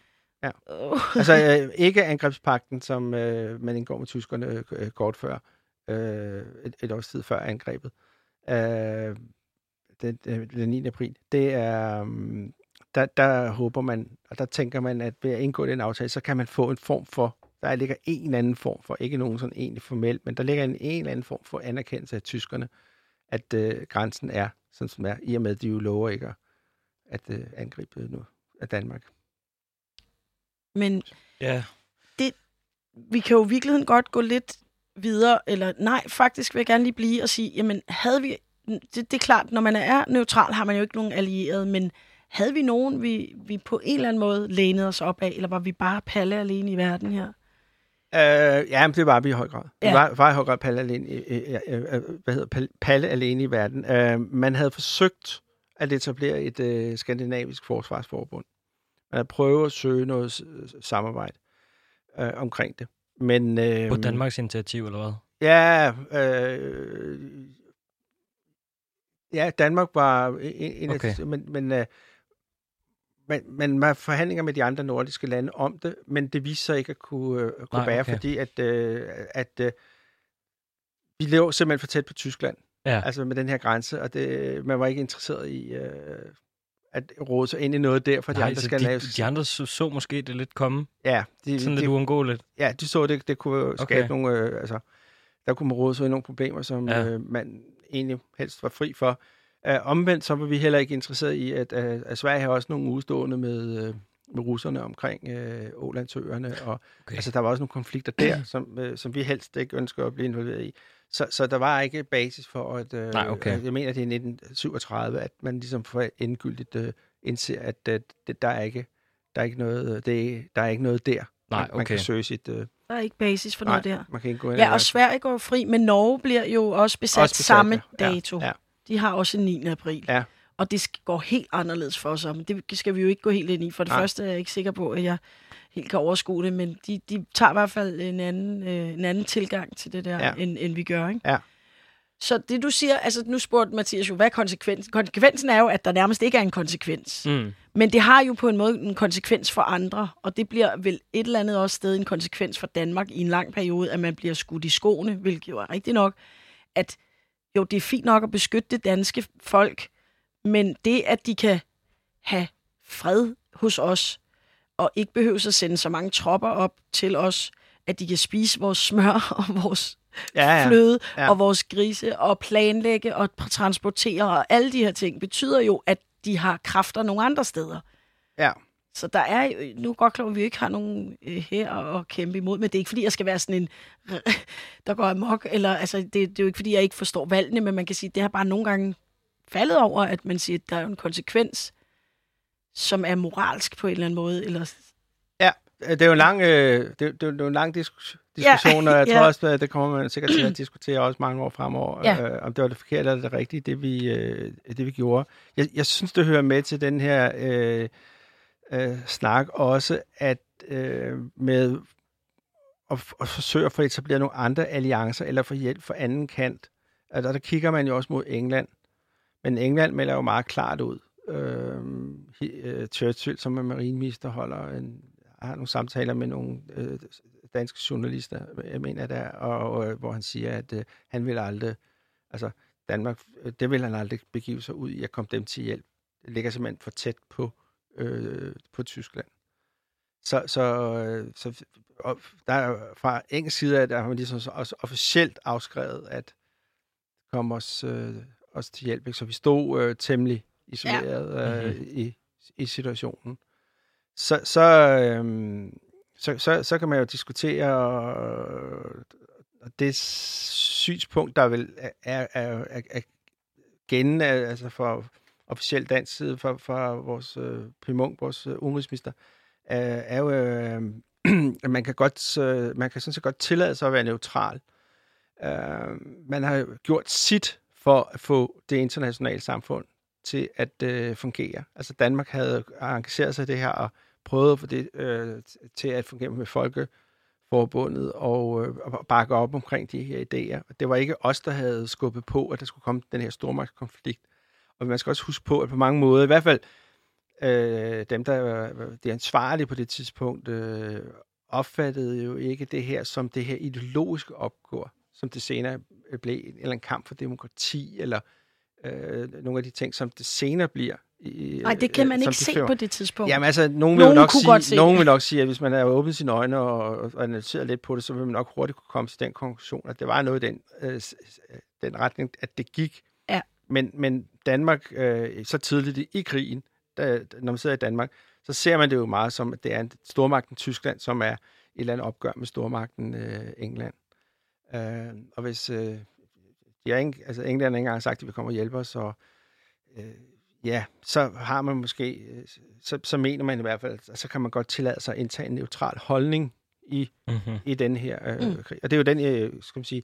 Ja. Uh. altså øh, ikke angrebspagten, som øh, man indgår med tyskerne øh, kort før, øh, et, et års tid før angrebet. Øh, den, den niende april. Det er, um, der, der håber man, og der tænker man, at ved at indgå den aftale, så kan man få en form for, der ligger en eller anden form for, ikke nogen sådan egentlig formelt, men der ligger en, en eller anden form for anerkendelse af tyskerne, at øh, grænsen er, sådan som er, i og med, at de jo lover ikke at, at øh, angribe nu af Danmark. Men ja. det, vi kan jo i virkeligheden godt gå lidt videre, eller nej, faktisk vil jeg gerne lige blive og sige, jamen havde vi, det, det er klart, når man er neutral, har man jo ikke nogen allierede, men havde vi nogen, vi, vi på en eller anden måde lænede os op af, eller var vi bare palle alene i verden her? Uh, ja, men det var vi i høj grad. Ja. Vi var, var i høj grad palle alene, uh, uh, uh, hvad hedder, palle, palle alene i verden. Uh, man havde forsøgt at etablere et uh, skandinavisk forsvarsforbund. Man havde prøvet at søge noget samarbejde uh, omkring det. Men, uh, på Danmarks initiativ, eller hvad? Ja, uh, ja, Danmark var en, en okay. af, men, men uh, Men, men man har forhandlinger med de andre nordiske lande om det, men det viste sig ikke at kunne, uh, kunne Nej, bære, okay. fordi at, uh, at uh, vi lå simpelthen for tæt på Tyskland, ja. altså med den her grænse, og det, man var ikke interesseret i uh, at rode sig ind i noget der, for Nej, de andre skandinaviske. De, de andre så, så måske det lidt komme, ja, de, sådan de, lidt uundgåeligt. Ja, de så det, det kunne skabe okay. nogle, uh, altså, der kunne man rode sig i nogle problemer, som ja. uh, man egentlig helst var fri for. Uh, omvendt så var vi heller ikke interesseret i, at, uh, at Sverige har også nogle udstående med, uh, med russerne omkring uh, Ålandsøerne, og okay. altså, der var også nogle konflikter der, som, uh, som vi helst ikke ønsker at blive involveret i. Så, så der var ikke basis for, at uh, Nej, okay. jeg mener, det er nitten syvogtredive, at man ligesom for endegyldigt uh, indser, at uh, det, der er ikke der er ikke noget, det, der er ikke noget der. Nej, man, okay. man kan søge sit... Uh, der er ikke basis for nej, noget der. Man kan ikke gå ind ja, og Sverige går fri, men Norge bliver jo også besat, også besat samme ja. dato. Ja, ja. De har også niende april. Ja. Og det går helt anderledes for sig. Men det skal vi jo ikke gå helt ind i. For det Nej. første er jeg ikke sikker på, at jeg helt kan overskue det. Men de, de tager i hvert fald en anden, øh, en anden tilgang til det der, ja. end, end vi gør. Ikke? Ja. Så det du siger, altså nu spurgte Mathias jo, hvad er konsekvensen? Konsekvensen er jo, at der nærmest ikke er en konsekvens. Mm. Men det har jo på en måde en konsekvens for andre. Og det bliver vel et eller andet også sted en konsekvens for Danmark i en lang periode, at man bliver skudt i skoene, hvilket jo er rigtigt nok, at jo, det er fint nok at beskytte det danske folk, men det, at de kan have fred hos os, og ikke behøver at sende så mange tropper op til os, at de kan spise vores smør og vores ja, ja. fløde ja. og vores grise, og planlægge og transportere, og alle de her ting, betyder jo, at de har kræfter nogle andre steder. Ja. Så der er jo, nu er godt klar, at vi ikke har nogen øh, her at kæmpe imod, men det er ikke, fordi jeg skal være sådan en, der går amok, eller altså, det, det er jo ikke, fordi jeg ikke forstår valgene, men man kan sige, det har bare nogle gange faldet over, at man siger, at der er en konsekvens, som er moralsk på en eller anden måde. Eller... Ja, det er jo en lang, øh, det, det, det er en lang diskussion, diskussion, og jeg ja. tror også, at det kommer man sikkert til at diskutere også mange år fremover, ja. øh, om det var det forkerte eller det rigtige, det vi, øh, det vi gjorde. Jeg, jeg synes, det hører med til den her øh, øh, snak også, at øh, med at, at forsøge at få etableret nogle andre alliancer, eller få hjælp fra anden kant. Altså, der kigger man jo også mod England, men England melder jo meget klart ud. Øh, Churchill, som er marineminister, holder en, har nogle samtaler med nogle øh, danske journalister, jeg mener der, og øh, hvor han siger, at øh, han vil aldrig, altså Danmark, øh, det vil han aldrig begive sig ud i at komme dem til hjælp. Det ligger simpelthen for tæt på, øh, på Tyskland. Så, så, øh, så og der er fra engelsk side, at der har man ligesom også officielt afskrevet, at komme os, øh, os til hjælp. Ikke? Så vi stod øh, temmelig isoleret ja. øh, mm-hmm. i, i situationen. Så, så, øh, så, så, så kan man jo diskutere øh, det synspunkt, der vel er, er, er, er gældende, altså for officielt dansk side, for, for vores øh, Primung, vores øh, udenrigsminister, øh, er jo, øh, at man kan, godt, øh, man kan sådan set godt tillade sig at være neutral. Øh, man har gjort sit for at få det internationale samfund til at øh, fungere. Altså Danmark havde engageret sig i det her og prøvet at få det øh, til at fungere med Folkeforbundet og, øh, og bakke op omkring de her idéer. Det var ikke os, der havde skubbet på, at der skulle komme den her stormagtskonflikt. Og man skal også huske på, at på mange måder, i hvert fald øh, dem, der var de ansvarlige på det tidspunkt, øh, opfattede jo ikke det her som det her ideologiske opgør, som det senere blev, eller en kamp for demokrati, eller øh, nogle af de ting, som det senere bliver. Nej, det kan man ikke se fører. på det tidspunkt. Jamen altså, nogen vil, nok sige, se nogen vil nok sige, at hvis man har åbnet sine øjne og, og analyseret lidt på det, så vil man nok hurtigt kunne komme til den konklusion, at det var noget i den, øh, den retning, at det gik. Ja. Men, men Danmark, øh, så tidligt i, i krigen, der, når man sidder i Danmark, så ser man det jo meget som, at det er en stormagten Tyskland, som er et eller andet opgør med stormagten øh, England. Øh, og hvis øh, de er ikke, altså England har ikke engang sagt, at vi kommer og hjælper os, og øh, ja, så har man måske, så, så mener man i hvert fald, at så kan man godt tillade sig at indtage en neutral holdning i, mm-hmm. i den her øh, mm. krig. Og det er jo den, øh, skal man sige,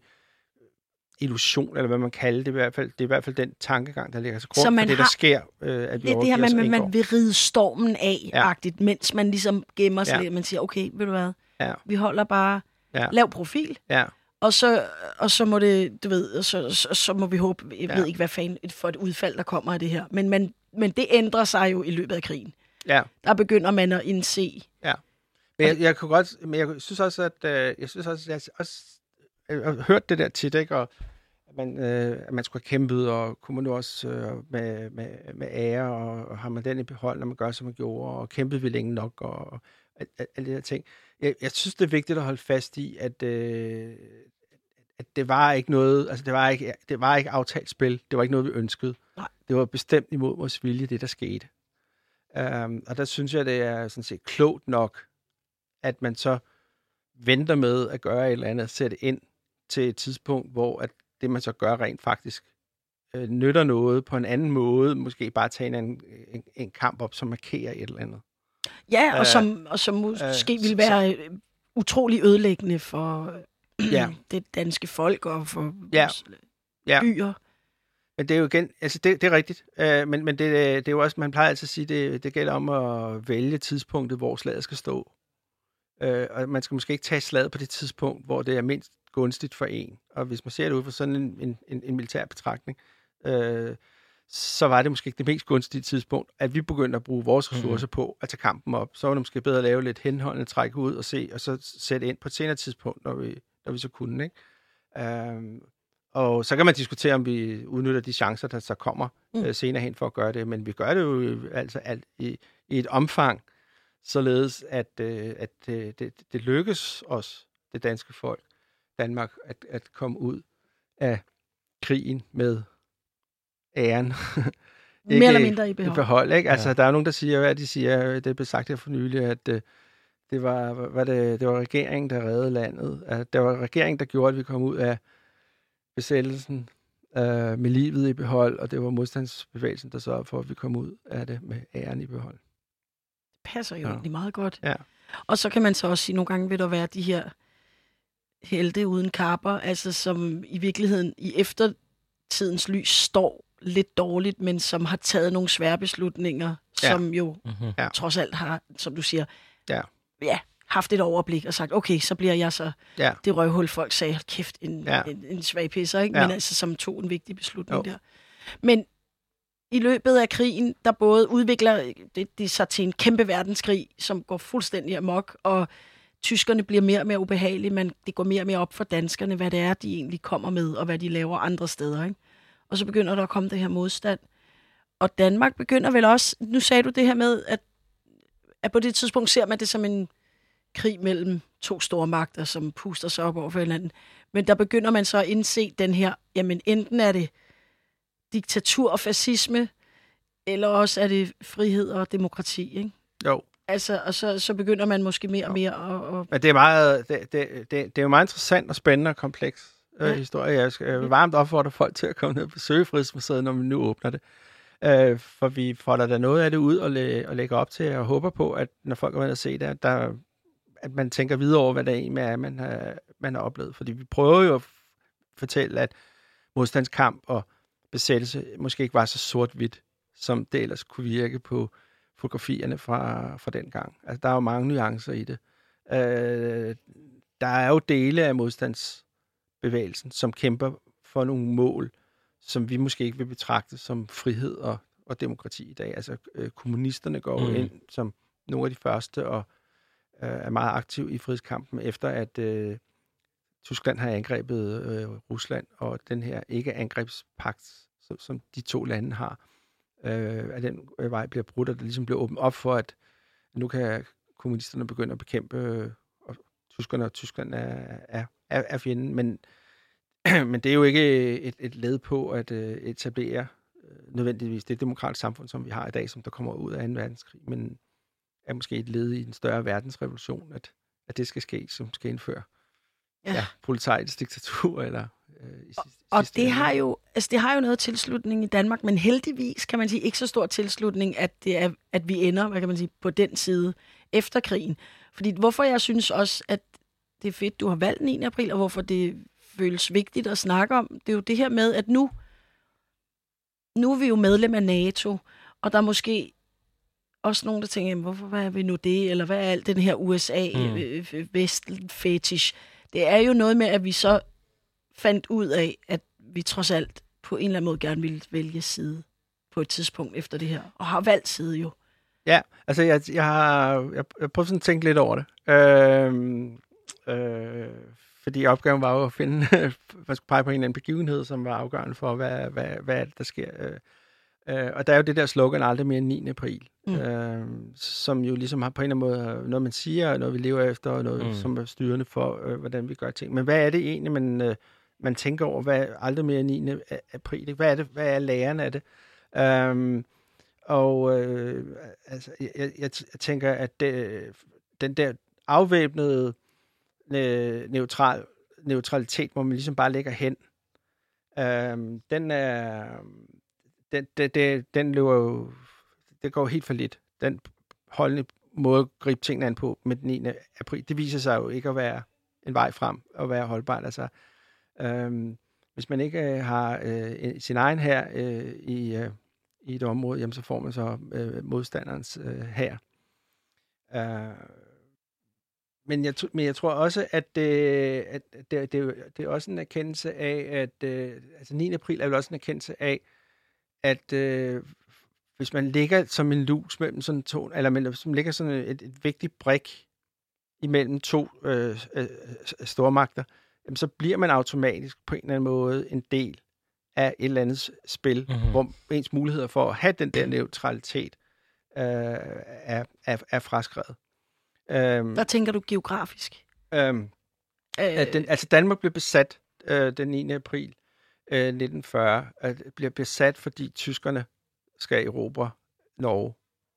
illusion, eller hvad man kalder det, i hvert fald, det er i hvert fald den tankegang, der ligger til grund for det, der sker, øh, at vi det, det her, man, man vil ride stormen af-agtigt, ja. Mens man ligesom gemmer sig ja. lidt, man siger, okay, ved du hvad, ja. vi holder bare ja. lav profil, ja. Og så, og så må det, du ved, så, så, så må vi håbe, jeg ja. ved ikke, hvad fanden for et udfald, der kommer af det her. Men, man, men det ændrer sig jo i løbet af krigen. Ja. Der begynder man at indse. Ja. Men jeg, jeg kunne godt, men jeg synes også, at øh, jeg synes også, at jeg også jeg har hørt det der tit, ikke? Og at man, øh, at man skulle have kæmpet, og kunne man nu også øh, med, med, med ære, og, og har man den i behold, når man gør, som man gjorde, og kæmpede vi længe nok, og, og alle de der ting. Jeg, jeg synes, det er vigtigt at holde fast i, at, øh, at det var ikke noget, altså det var ikke, det var ikke aftalt spil, det var ikke noget, vi ønskede. Nej. Det var bestemt imod vores vilje, det der skete. Um, og der synes jeg, det er sådan set klogt nok, at man så venter med at gøre et eller andet, at sætte ind til et tidspunkt, hvor at det, man så gør rent faktisk, øh, nytter noget på en anden måde, måske bare tage en, en, en kamp op, som markerer et eller andet. Ja, og, uh, som, og som måske uh, vil være så, utrolig ødelæggende for ja. det danske folk og for ja. vores ja. byer. Men det er jo igen, altså det, det er rigtigt, uh, men, men det, det er jo også, man plejer altid at sige, det, det gælder om at vælge tidspunktet, hvor slaget skal stå. Uh, og man skal måske ikke tage slaget på det tidspunkt, hvor det er mindst gunstigt for en. Og hvis man ser det ud fra sådan en, en, en, en militær betragtning, uh, så var det måske ikke det mest gunstige tidspunkt, at vi begyndte at bruge vores ressourcer mm. på at tage kampen op. Så var det måske bedre at lave lidt henholdende træk ud og se, og så sætte ind på et senere tidspunkt, når vi, når vi så kunne. Ikke? Um, og så kan man diskutere, om vi udnytter de chancer, der så kommer mm. uh, senere hen for at gøre det, men vi gør det jo altså alt i, i et omfang, således at, uh, at uh, det, det lykkes os, det danske folk, Danmark, at, at komme ud af krigen med æren. Ikke mere eller mindre i behold. behold ikke? Altså, ja. Der er nogen, der siger, hvad de siger, det blev sagt her for nylig, at uh, det, var, var det, det var regeringen, der reddede landet. At det var regeringen, der gjorde, at vi kom ud af besættelsen uh, med livet i behold, og det var modstandsbevægelsen, der sørgede for, at vi kom ud af det med æren i behold. Det passer jo ja. egentlig meget godt. Ja. Og så kan man så også sige, nogle gange vil der være de her helte uden kapper, altså som i virkeligheden i eftertidens lys står lidt dårligt, men som har taget nogle svære beslutninger, ja. som jo mm-hmm. ja. trods alt har, som du siger, ja. Ja, haft et overblik og sagt, okay, så bliver jeg så ja. det røvhul, folk sagde, kæft, en, ja. en, en svag pisser, ikke? Ja. Men altså som tog en vigtig beslutning jo. der. Men i løbet af krigen, der både udvikler det, det sig til en kæmpe verdenskrig, som går fuldstændig amok, og tyskerne bliver mere og mere ubehagelige, men det går mere og mere op for danskerne, hvad det er, de egentlig kommer med, og hvad de laver andre steder, ikke? Og så begynder der at komme det her modstand. Og Danmark begynder vel også, nu sagde du det her med, at, at på det tidspunkt ser man det som en krig mellem to store magter, som puster sig op over for hinanden. Men der begynder man så at indse den her, jamen enten er det diktatur og fascisme, eller også er det frihed og demokrati, ikke? Jo. Altså, og så, så begynder man måske mere og mere at... at... Men det er, meget, det, det, det, det er jo meget interessant og spændende og kompleks øh, ja. historie. Jeg skal varmt opfordre folk til at komme ned og besøge Frihedsmuseet, når vi nu åbner det. Øh, for vi folder da noget af det ud og, læ- og lægger op til, og håber på, at når folk er med at se det, at, der, at man tænker videre over, hvad det egentlig er, man har, man har oplevet. Fordi vi prøver jo at fortælle, at modstandskamp og besættelse måske ikke var så sort-hvidt, som det ellers kunne virke på fotografierne fra, fra den gang. Altså, der er jo mange nuancer i det. Øh, der er jo dele af modstandsbevægelsen, som kæmper for nogle mål, som vi måske ikke vil betragte som frihed og, og demokrati i dag. Altså øh, kommunisterne går Mm. ind som nogle af de første og øh, er meget aktiv i frihedskampen, efter at øh, Tyskland har angrebet øh, Rusland, og den her ikke-angrebspagt, som, som de to lande har, øh, at den øh, vej bliver brudt, og det ligesom bliver åbent op for, at nu kan kommunisterne begynde at bekæmpe øh, og tyskerne, og Tyskland er, er, er, er fjenden. Men, men det er jo ikke et, et led på at øh, etablere øh, nødvendigvis det demokratiske samfund, som vi har i dag, som der kommer ud af anden verdenskrig, men er måske et led i en større verdensrevolution, at, at det skal ske, som skal indføre ja. Ja, proletariets diktatur, eller øh, i sidste, og sidste det ende. har jo altså det har jo noget tilslutning i Danmark, men heldigvis kan man sige ikke så stor tilslutning, at det er at vi ender, hvad kan man sige, på den side efter krigen. Fordi hvorfor jeg synes også, at det er fedt, du har valgt niende april, og hvorfor det føles vigtigt at snakke om, det er jo det her med, at nu nu er vi jo medlem af NATO, og der er måske også nogen, der tænker, hvorfor hvad er vi nu det, eller hvad er alt den her U S A-vest-fetish? Det er jo noget med, at vi så fandt ud af, at vi trods alt på en eller anden måde gerne ville vælge side på et tidspunkt efter det her, og har valgt side jo. Ja, altså jeg, jeg har jeg, jeg prøvet sådan at tænke lidt over det. Øh, øh, fordi opgaven var jo at finde, man skulle pege på en eller anden begivenhed, som var afgørende for, hvad, hvad, hvad er det, der sker. Øh, øh, og der er jo det der slogan, aldrig mere end niende april, mm. øh, som jo ligesom har på en eller anden måde noget, man siger, noget vi lever efter, og noget, mm. som er styrende for, øh, hvordan vi gør ting. Men hvad er det egentlig, man, øh, man tænker over, hvad er aldrig mere end niende april? Hvad er det? Hvad er læren af det? Øh, Og øh, altså, jeg, jeg, jeg tænker, at det, den der afvæbnede øh, neutral, neutralitet, hvor man ligesom bare lægger hen, øh, den er, den, det, det, den løber jo, det går helt for lidt. Den holdende måde at gribe tingene an på med den niende april, det viser sig jo ikke at være en vej frem og være holdbart. Altså, øh, hvis man ikke øh, har øh, sin egen her øh, i øh, i et område, jamen, så får man så øh, modstanderens øh, hær. Uh, men, jeg, men jeg tror også, at, øh, at det, det, det er også en erkendelse af, at øh, altså niende april er vel også en erkendelse af, at øh, hvis man ligger som en lus mellem sådan to, eller man, som ligger sådan et, et vigtigt brik imellem to øh, øh, stormagter, jamen, så bliver man automatisk på en eller anden måde en del af et eller andet spil, mm-hmm. hvor ens muligheder for at have den der neutralitet øh, er, er, er fraskrevet. Um, Hvad tænker du geografisk? Um, at den, altså Danmark blev besat øh, den niende april øh, nitten fyrre. At bliver besat, fordi tyskerne skal erobre Norge.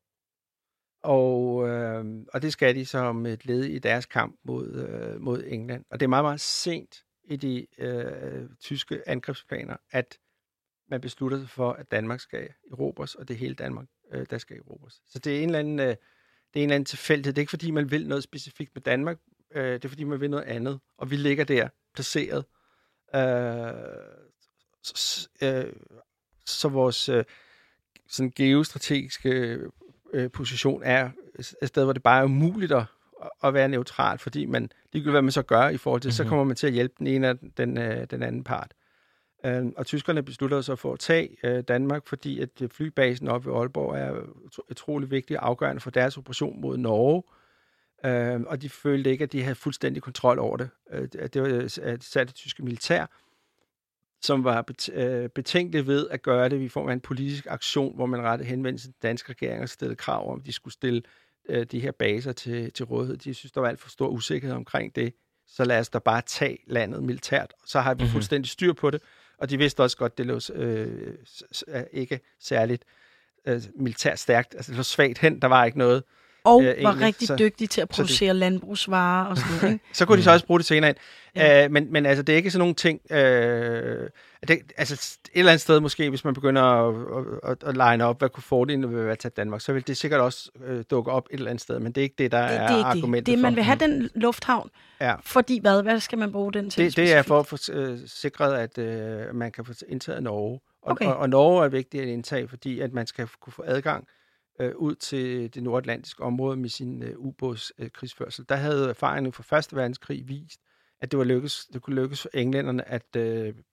Og, øh, og det skal de som et led i deres kamp mod, øh, mod England. Og det er meget, meget sent i de øh, tyske angrebsplaner, at man beslutter sig for, at Danmark skal erobres, og det er hele Danmark, øh, der skal erobres. Så det er en eller anden, øh, det er en eller anden tilfældighed. Det er ikke, fordi man vil noget specifikt med Danmark, øh, det er, fordi man vil noget andet. Og vi ligger der, placeret. Øh, så, øh, så vores øh, sådan geostrategiske øh, position er et sted, hvor det bare er umuligt at at være neutral, fordi man ligegyldigt hvad man så gør i forhold til, mm-hmm. så kommer man til at hjælpe den ene af den, øh, den anden part. Øh, og tyskerne beslutter sig for at tage øh, Danmark, fordi at flybasen oppe ved Aalborg er utrolig vigtig og afgørende for deres operation mod Norge. Øh, og de følte ikke, at de havde fuldstændig kontrol over det. Øh, det var særligt det tyske militær, som var betænkeligt ved at gøre det i form af en politisk aktion, hvor man rettede henvendelse til den danske regering og stillede krav om, at de skulle stille de her baser til, til rådighed. De synes, der var alt for stor usikkerhed omkring det. Så lad os da bare tage landet militært. Så har vi mm-hmm. fuldstændig styr på det. Og de vidste også godt, det lå øh, ikke særligt øh, militært stærkt. Altså det lå svagt hen. Der var ikke noget. Og øh, var egentlig. rigtig så, dygtig til at producere det, landbrugsvarer og sådan noget. Så kunne de så også bruge det senere ind. Ja. Uh, men, men altså, det er ikke sådan nogle ting... Uh, det, altså, et eller andet sted måske, hvis man begynder at, at, at line op, hvad kunne fordelen ved at tage Danmark, så vil det sikkert også uh, dukke op et eller andet sted. Men det er ikke det, der det, er det er argumentet det. Det, man for. vil have den lufthavn, ja. Fordi hvad? Hvad skal man bruge den til? Det, det er for at få uh, sikret, at uh, man kan få indtaget Norge. Og, okay. og, og Norge er vigtigt at indtage, fordi at man skal kunne få adgang øh, ud til det nordatlantiske område med sin øh, ubådskrigsførsel. Øh, der havde erfaringen fra første verdenskrig vist, at det var lykkes, det kunne lykkes for englænderne at øh,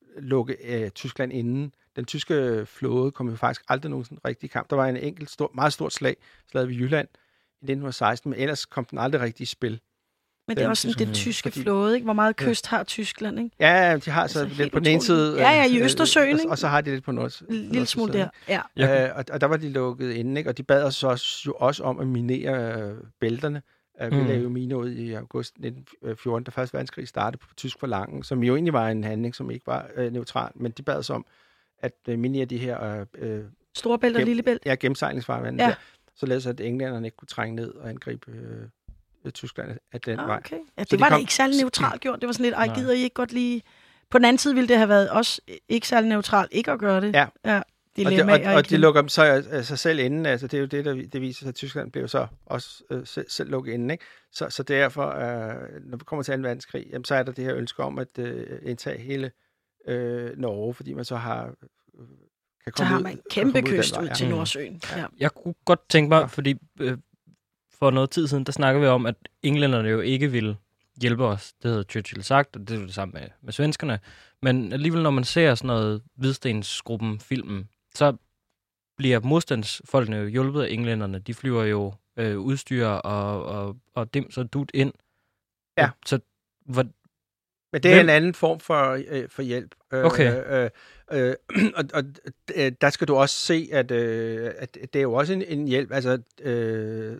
lukke øh, Tyskland inden. Den tyske flåde kom jo faktisk aldrig nogen sådan rigtig kamp. Der var en enkelt, stor, meget stort slag, slaget ved Jylland i nitten seksten, men ellers kom den aldrig rigtig i spil. Men det er også sådan den tyske fordi, flåde, ikke? Hvor meget kyst har Tyskland, ikke? Ja, de har så altså lidt på den ene side. Ja, ja, i Østersøen, ikke? Og, og så har de lidt på nord. En lille smule der, ja. Øh, og, og der var de lukket inde, ikke? Og de bad os også, jo også om at minere øh, bælterne. Øh, vi mm. lavede jo miner ud i august nitten fjorten, da første verdenskrig startede på tysk forlangen, som jo egentlig var en handling, som ikke var øh, neutral, men de bad os om at øh, minere de her... Øh, Store bælt og lille bælt? Ja, gennemsejlingsfarvand. Ja. Der, så lavede så, at englænderne ikke kunne trænge ned og angribe... Øh, Tyskland af den ah, vej. Okay. Ja, det de var kom... da ikke særlig neutralt gjort. Det var sådan lidt, ej, gider I ikke godt lige... På den anden side ville det have været også ikke særlig neutralt ikke at gøre det. Ja. ja Dilemma, og, det, og, og de lukker dem så altså selv inden. Altså, det er jo det, der det viser sig, at Tyskland blev så også øh, selv, selv lukket inden. Ikke? Så, så derfor, øh, når vi kommer til anden verdenskrig, jamen, så er der det her ønske om at øh, indtage hele øh, Norge, fordi man så har... Øh, kan komme så har man ud, kæmpe kyst ud, ud til Nordsøen. Ja. Ja. Jeg kunne godt tænke mig, ja. fordi... Øh, For noget tid siden, der snakker vi om, at englænderne jo ikke ville hjælpe os. Det havde Churchill sagt, og det er det samme med, med svenskerne. Men alligevel, når man ser sådan noget Hvidstensgruppen-filmen, så bliver modstandsfolkene jo hjulpet af englænderne. De flyver jo øh, udstyr og, og, og dims og dut ind. Ja. Og, så, hvor, Men det er hvem? en anden form for, øh, for hjælp. Okay. Øh, øh, og og øh, der skal du også se, at, øh, at det er jo også en, en hjælp. Altså... Øh,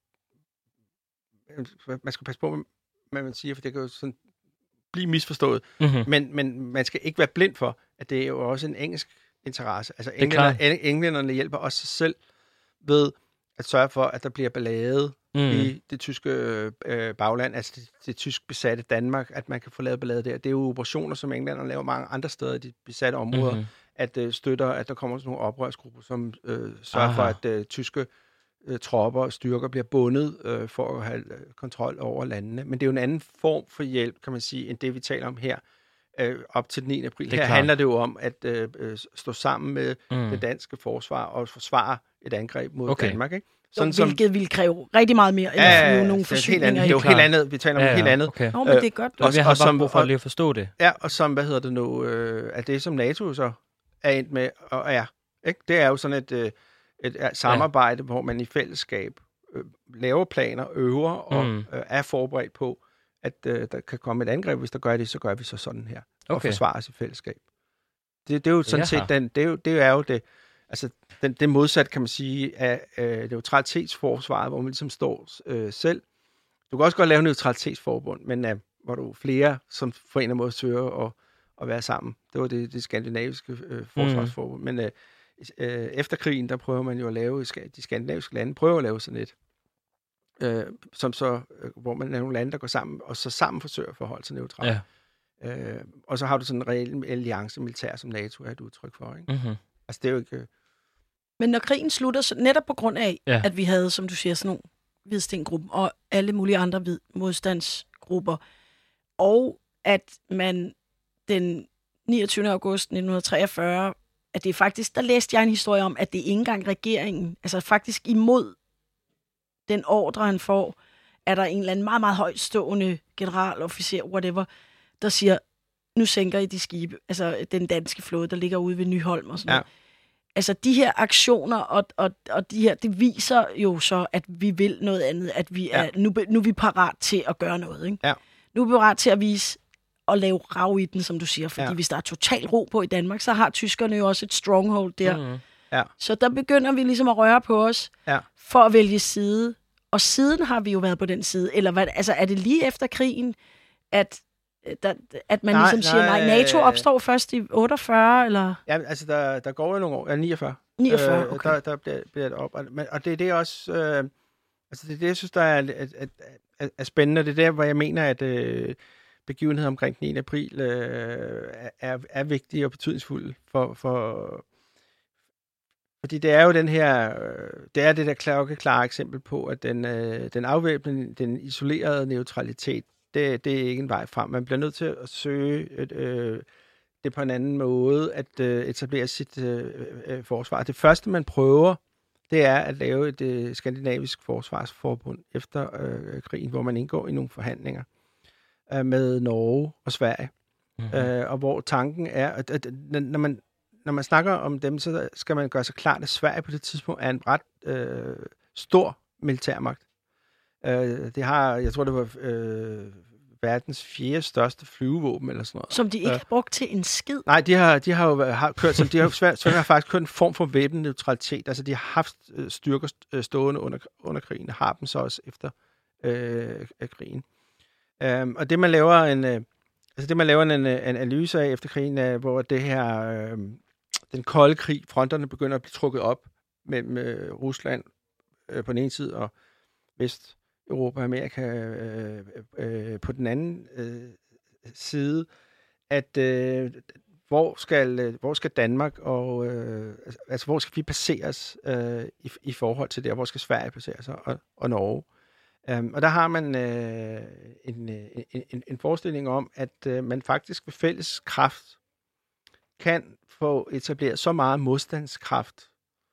man skal passe på, hvad man siger, for det kan jo sådan blive misforstået. Mm-hmm. Men, men man skal ikke være blind for, at det er jo også en engelsk interesse. Altså englænder, englænderne hjælper også sig selv ved at sørge for, at der bliver ballade mm. i det tyske øh, bagland, altså det, det tysk besatte Danmark, at man kan få lavet ballade der. Det er jo operationer, som englænderne laver mange andre steder i de besatte områder, mm-hmm. at øh, støtter, at der kommer sådan nogle oprørsgrupper, som øh, sørger Aha. for, at øh, tyske tropper og styrker bliver bundet øh, for at have øh, kontrol over landene. Men det er jo en anden form for hjælp, kan man sige, end det, vi taler om her, øh, op til den niende april. Her klart. handler det jo om at øh, stå sammen med mm. det danske forsvar og forsvare et angreb mod okay. Danmark. Ikke? Sådan, jo, hvilket som, ville kræve rigtig meget mere, end at flyve nogle forsyninger. Det er jo helt andet. Vi taler om ja, ja, helt andet. Okay. Nå, men det er godt. Og, jeg har bare brug for at lige at forstå det. Ja, og som, hvad hedder det nu, øh, er det, som NATO så er endt med, og er. Ikke? Det er jo sådan et... Øh, et samarbejde, ja. hvor man i fællesskab øh, laver planer, øver og mm. øh, er forberedt på, at øh, der kan komme et angreb. Hvis der gør det, så gør vi så sådan her. Okay. Og forsvarer os i fællesskab. Det, det er jo sådan set, den, det, er jo, det er jo det, altså den, det modsat, kan man sige, af øh, neutralitetsforsvaret, hvor man ligesom står øh, selv. Du kan også godt lave neutralitetsforbund, men øh, hvor du flere, som på en eller anden måde søger at, at være sammen. Det var det, det skandinaviske øh, forsvarsforbund. Mm. Men øh, efter krigen, der prøver man jo at lave, de skandinaviske lande prøver at lave sådan et, øh, som så, øh, hvor man er nogle lande, der går sammen, og så sammen forsøger at forholde sig neutralt. Ja. Øh, og så har du sådan en reel alliance militær, som NATO er et udtryk for. Ikke? Mm-hmm. Altså det er jo ikke... Øh... Men når krigen slutter, så netop på grund af, ja. at vi havde, som du siger, sådan nogle Hvidstengruppen og alle mulige andre hvid modstandsgrupper, og at man den niogtyvende august nitten treogfyrre at det er faktisk, der læste jeg en historie om, at det ikke engang regeringen, altså faktisk imod den ordre, han får, er der en eller anden meget, meget højtstående generalofficer, whatever, der siger, nu sænker I de skibe, altså den danske flåde, der ligger ude ved Nyholm og sådan ja. noget. Altså de her aktioner, og, og, og de her, det viser jo så, at vi vil noget andet, at vi er, ja. nu, nu er vi parat til at gøre noget, ikke? Ja. Nu er vi parat til at vise, og lave rav i den, som du siger. Fordi ja. hvis der er total ro på i Danmark, så har tyskerne jo også et stronghold der. Mm-hmm. Ja. Så der begynder vi ligesom at røre på os, ja. for at vælge side. Og siden har vi jo været på den side. Eller hvad, altså, er det lige efter krigen, at, der, at man nej, ligesom siger, nej, NATO opstår først i otteogfyrre, eller? Ja, altså, der, der går jo nogle år. Ja, niogfyrre. niogfyrre, okay. Øh, der, der bliver, bliver det op. Men, og det er det også... Øh, altså, det er det, jeg synes, der er, at, at, at, er spændende. Det er der, hvor jeg mener, at... Øh, begivenheder omkring den niende april øh, er, er vigtige og betydningsfulde for, for fordi det er jo den her det er det der klokkeklare eksempel på, at den, øh, den afvæbnede, den isolerede neutralitet, det, det er ikke en vej frem. Man bliver nødt til at søge et, øh, det på en anden måde, at øh, etablere sit øh, øh, forsvar. Det første, man prøver, det er at lave et øh, skandinavisk forsvarsforbund efter øh, krigen, hvor man indgår i nogle forhandlinger med Norge og Sverige. mm-hmm. øh, og hvor tanken er, at, at, at når, man, når man snakker om dem, så skal man gøre sig klart, at Sverige på det tidspunkt er en ret øh, stor militærmagt. Øh, det har, jeg tror, det var øh, verdens fjerde største flyvevåben eller sådan noget. Som de ikke øh, har brugt til en skid? Nej, de har, de har jo har kørt, som de har, Sverige har faktisk kørt en form for væbnet neutralitet. Altså, de har haft styrker stående under, under krigen, og har dem så også efter øh, krigen. Um, og det, man laver en, øh, altså det, man laver en, en analyse af efter krigen, er, hvor det her, øh, den kolde krig, fronterne begynder at blive trukket op mellem øh, Rusland øh, på den ene side, og Vesteuropa og Amerika øh, øh, på den anden øh, side, at øh, hvor, skal, øh, hvor skal Danmark og øh, altså hvor skal vi placeres øh, i, i forhold til det, og hvor skal Sverige placere sig, og, og Norge. Um, og der har man øh, en, en, en, en forestilling om, at øh, man faktisk ved fælles kraft kan få etableret så meget modstandskraft,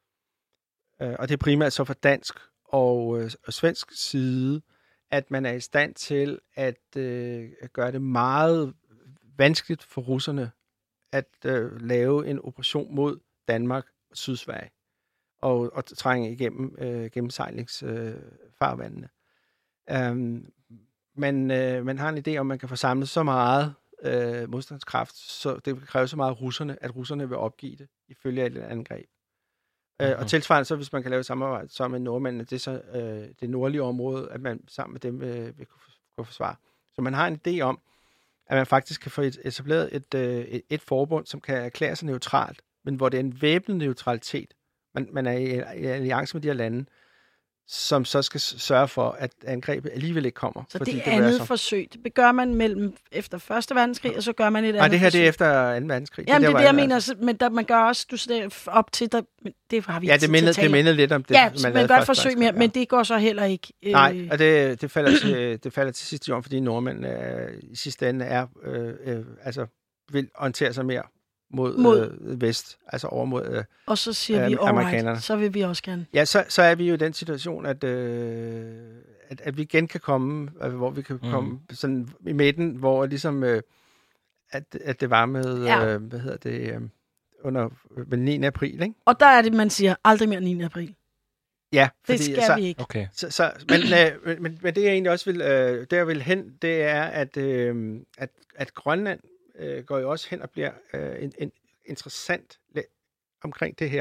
øh, og det er primært så fra dansk og, øh, og svensk side, at man er i stand til at øh, gøre det meget vanskeligt for russerne at øh, lave en operation mod Danmark og Sydsverige og, og trænge igennem øh, gennemsejlingsfarvandene. Øh, Um, men øh, man har en idé om, at man kan få samlet så meget øh, modstandskraft, så det vil kræve så meget af russerne, at russerne vil opgive det ifølge et angreb. Mm-hmm. Uh, og tilsvarende så, hvis man kan lave samarbejde så med nordmændene, det er så øh, det nordlige område, at man sammen med dem vil, vil kunne forsvare. Så man har en idé om, at man faktisk kan få etableret et, øh, et, et forbund, som kan erklære sig neutralt, men hvor det er en væbnet neutralitet. Man, man er i, i alliance med de her lande, som så skal sørge for, at angrebet alligevel ikke kommer. Så det er andet forsøg. Det gør man mellem efter første verdenskrig, og så gør man et andet Nej, det her forsøg. det er efter anden verdenskrig. Jamen, det er det, det jeg mener. Men der, man gør også, du siger, op til, der, det har vi ja, det minder, det minder lidt om det, ja, man, man gør et forsøg mere, men det går så heller ikke. Øh... Nej, og det, det, falder til, det falder til sidst i år, fordi nordmænd øh, i sidste ende er, øh, øh, altså, vil orientere sig mere mod, mod. Øh, vest, altså over mod øh, og så siger øh, vi, alright, så vil vi også gerne. Ja, så, så er vi jo i den situation, at, øh, at, at vi igen kan komme, altså, hvor vi kan mm. komme sådan i midten, hvor ligesom, øh, at, at det var med, ja. øh, hvad hedder det, øh, under den niende april, ikke? Og der er det, man siger, aldrig mere niende april. Ja, fordi, det skal så, vi ikke. Okay. Så, så, men, øh, men, men det jeg egentlig også vil, øh, der vil hen, det er, at, øh, at, at Grønland øh, går jo også hen og bliver øh, en, en interessant omkring det her.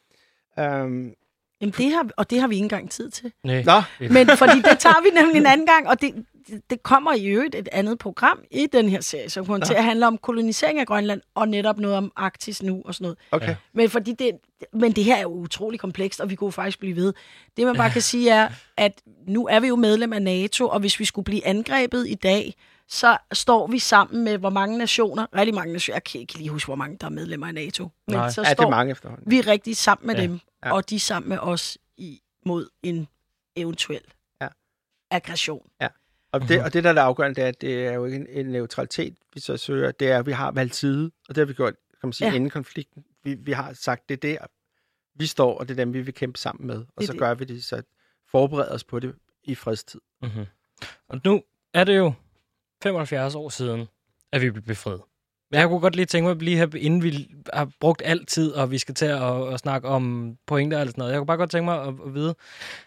Um, Jamen det har, og det har vi ikke engang tid til. Nej. Nå. Men fordi det tager vi nemlig en anden gang, og det, det kommer i øvrigt et andet program i den her serie, som kommer til at handle om kolonisering af Grønland, og netop noget om Arktis nu og sådan noget. Okay. Men, fordi det, men det her er jo utrolig komplekst, og vi kunne faktisk blive ved. Det man bare kan sige er, at nu er vi jo medlem af NATO, og hvis vi skulle blive angrebet i dag, så står vi sammen med hvor mange nationer, rigtig mange nationer, jeg kan ikke lige huske, hvor mange der er medlemmer af NATO, men Nej. så ja, står det er mange efterhånden. vi rigtig sammen med ja. dem, ja. og de sammen med os i, mod en eventuel ja. aggression. Ja. Og det, og det der er afgørende, det er, at det er jo ikke en, en neutralitet, vi så søger, det er, at vi har valgt side, og det har vi gjort, kan man sige, ja. inden konflikten. Vi, vi har sagt, det er der, vi står, og det er dem, vi vil kæmpe sammen med, og det så det. gør vi det, så forbereder os på det i fredstid. Mm-hmm. Og nu er det jo femoghalvfjerds år siden, at vi blev befriet. Men jeg kunne godt lige tænke mig, lige her, inden vi har brugt al tid, og vi skal til at, at snakke om pointer og sådan noget. Jeg kunne bare godt tænke mig at, at vide,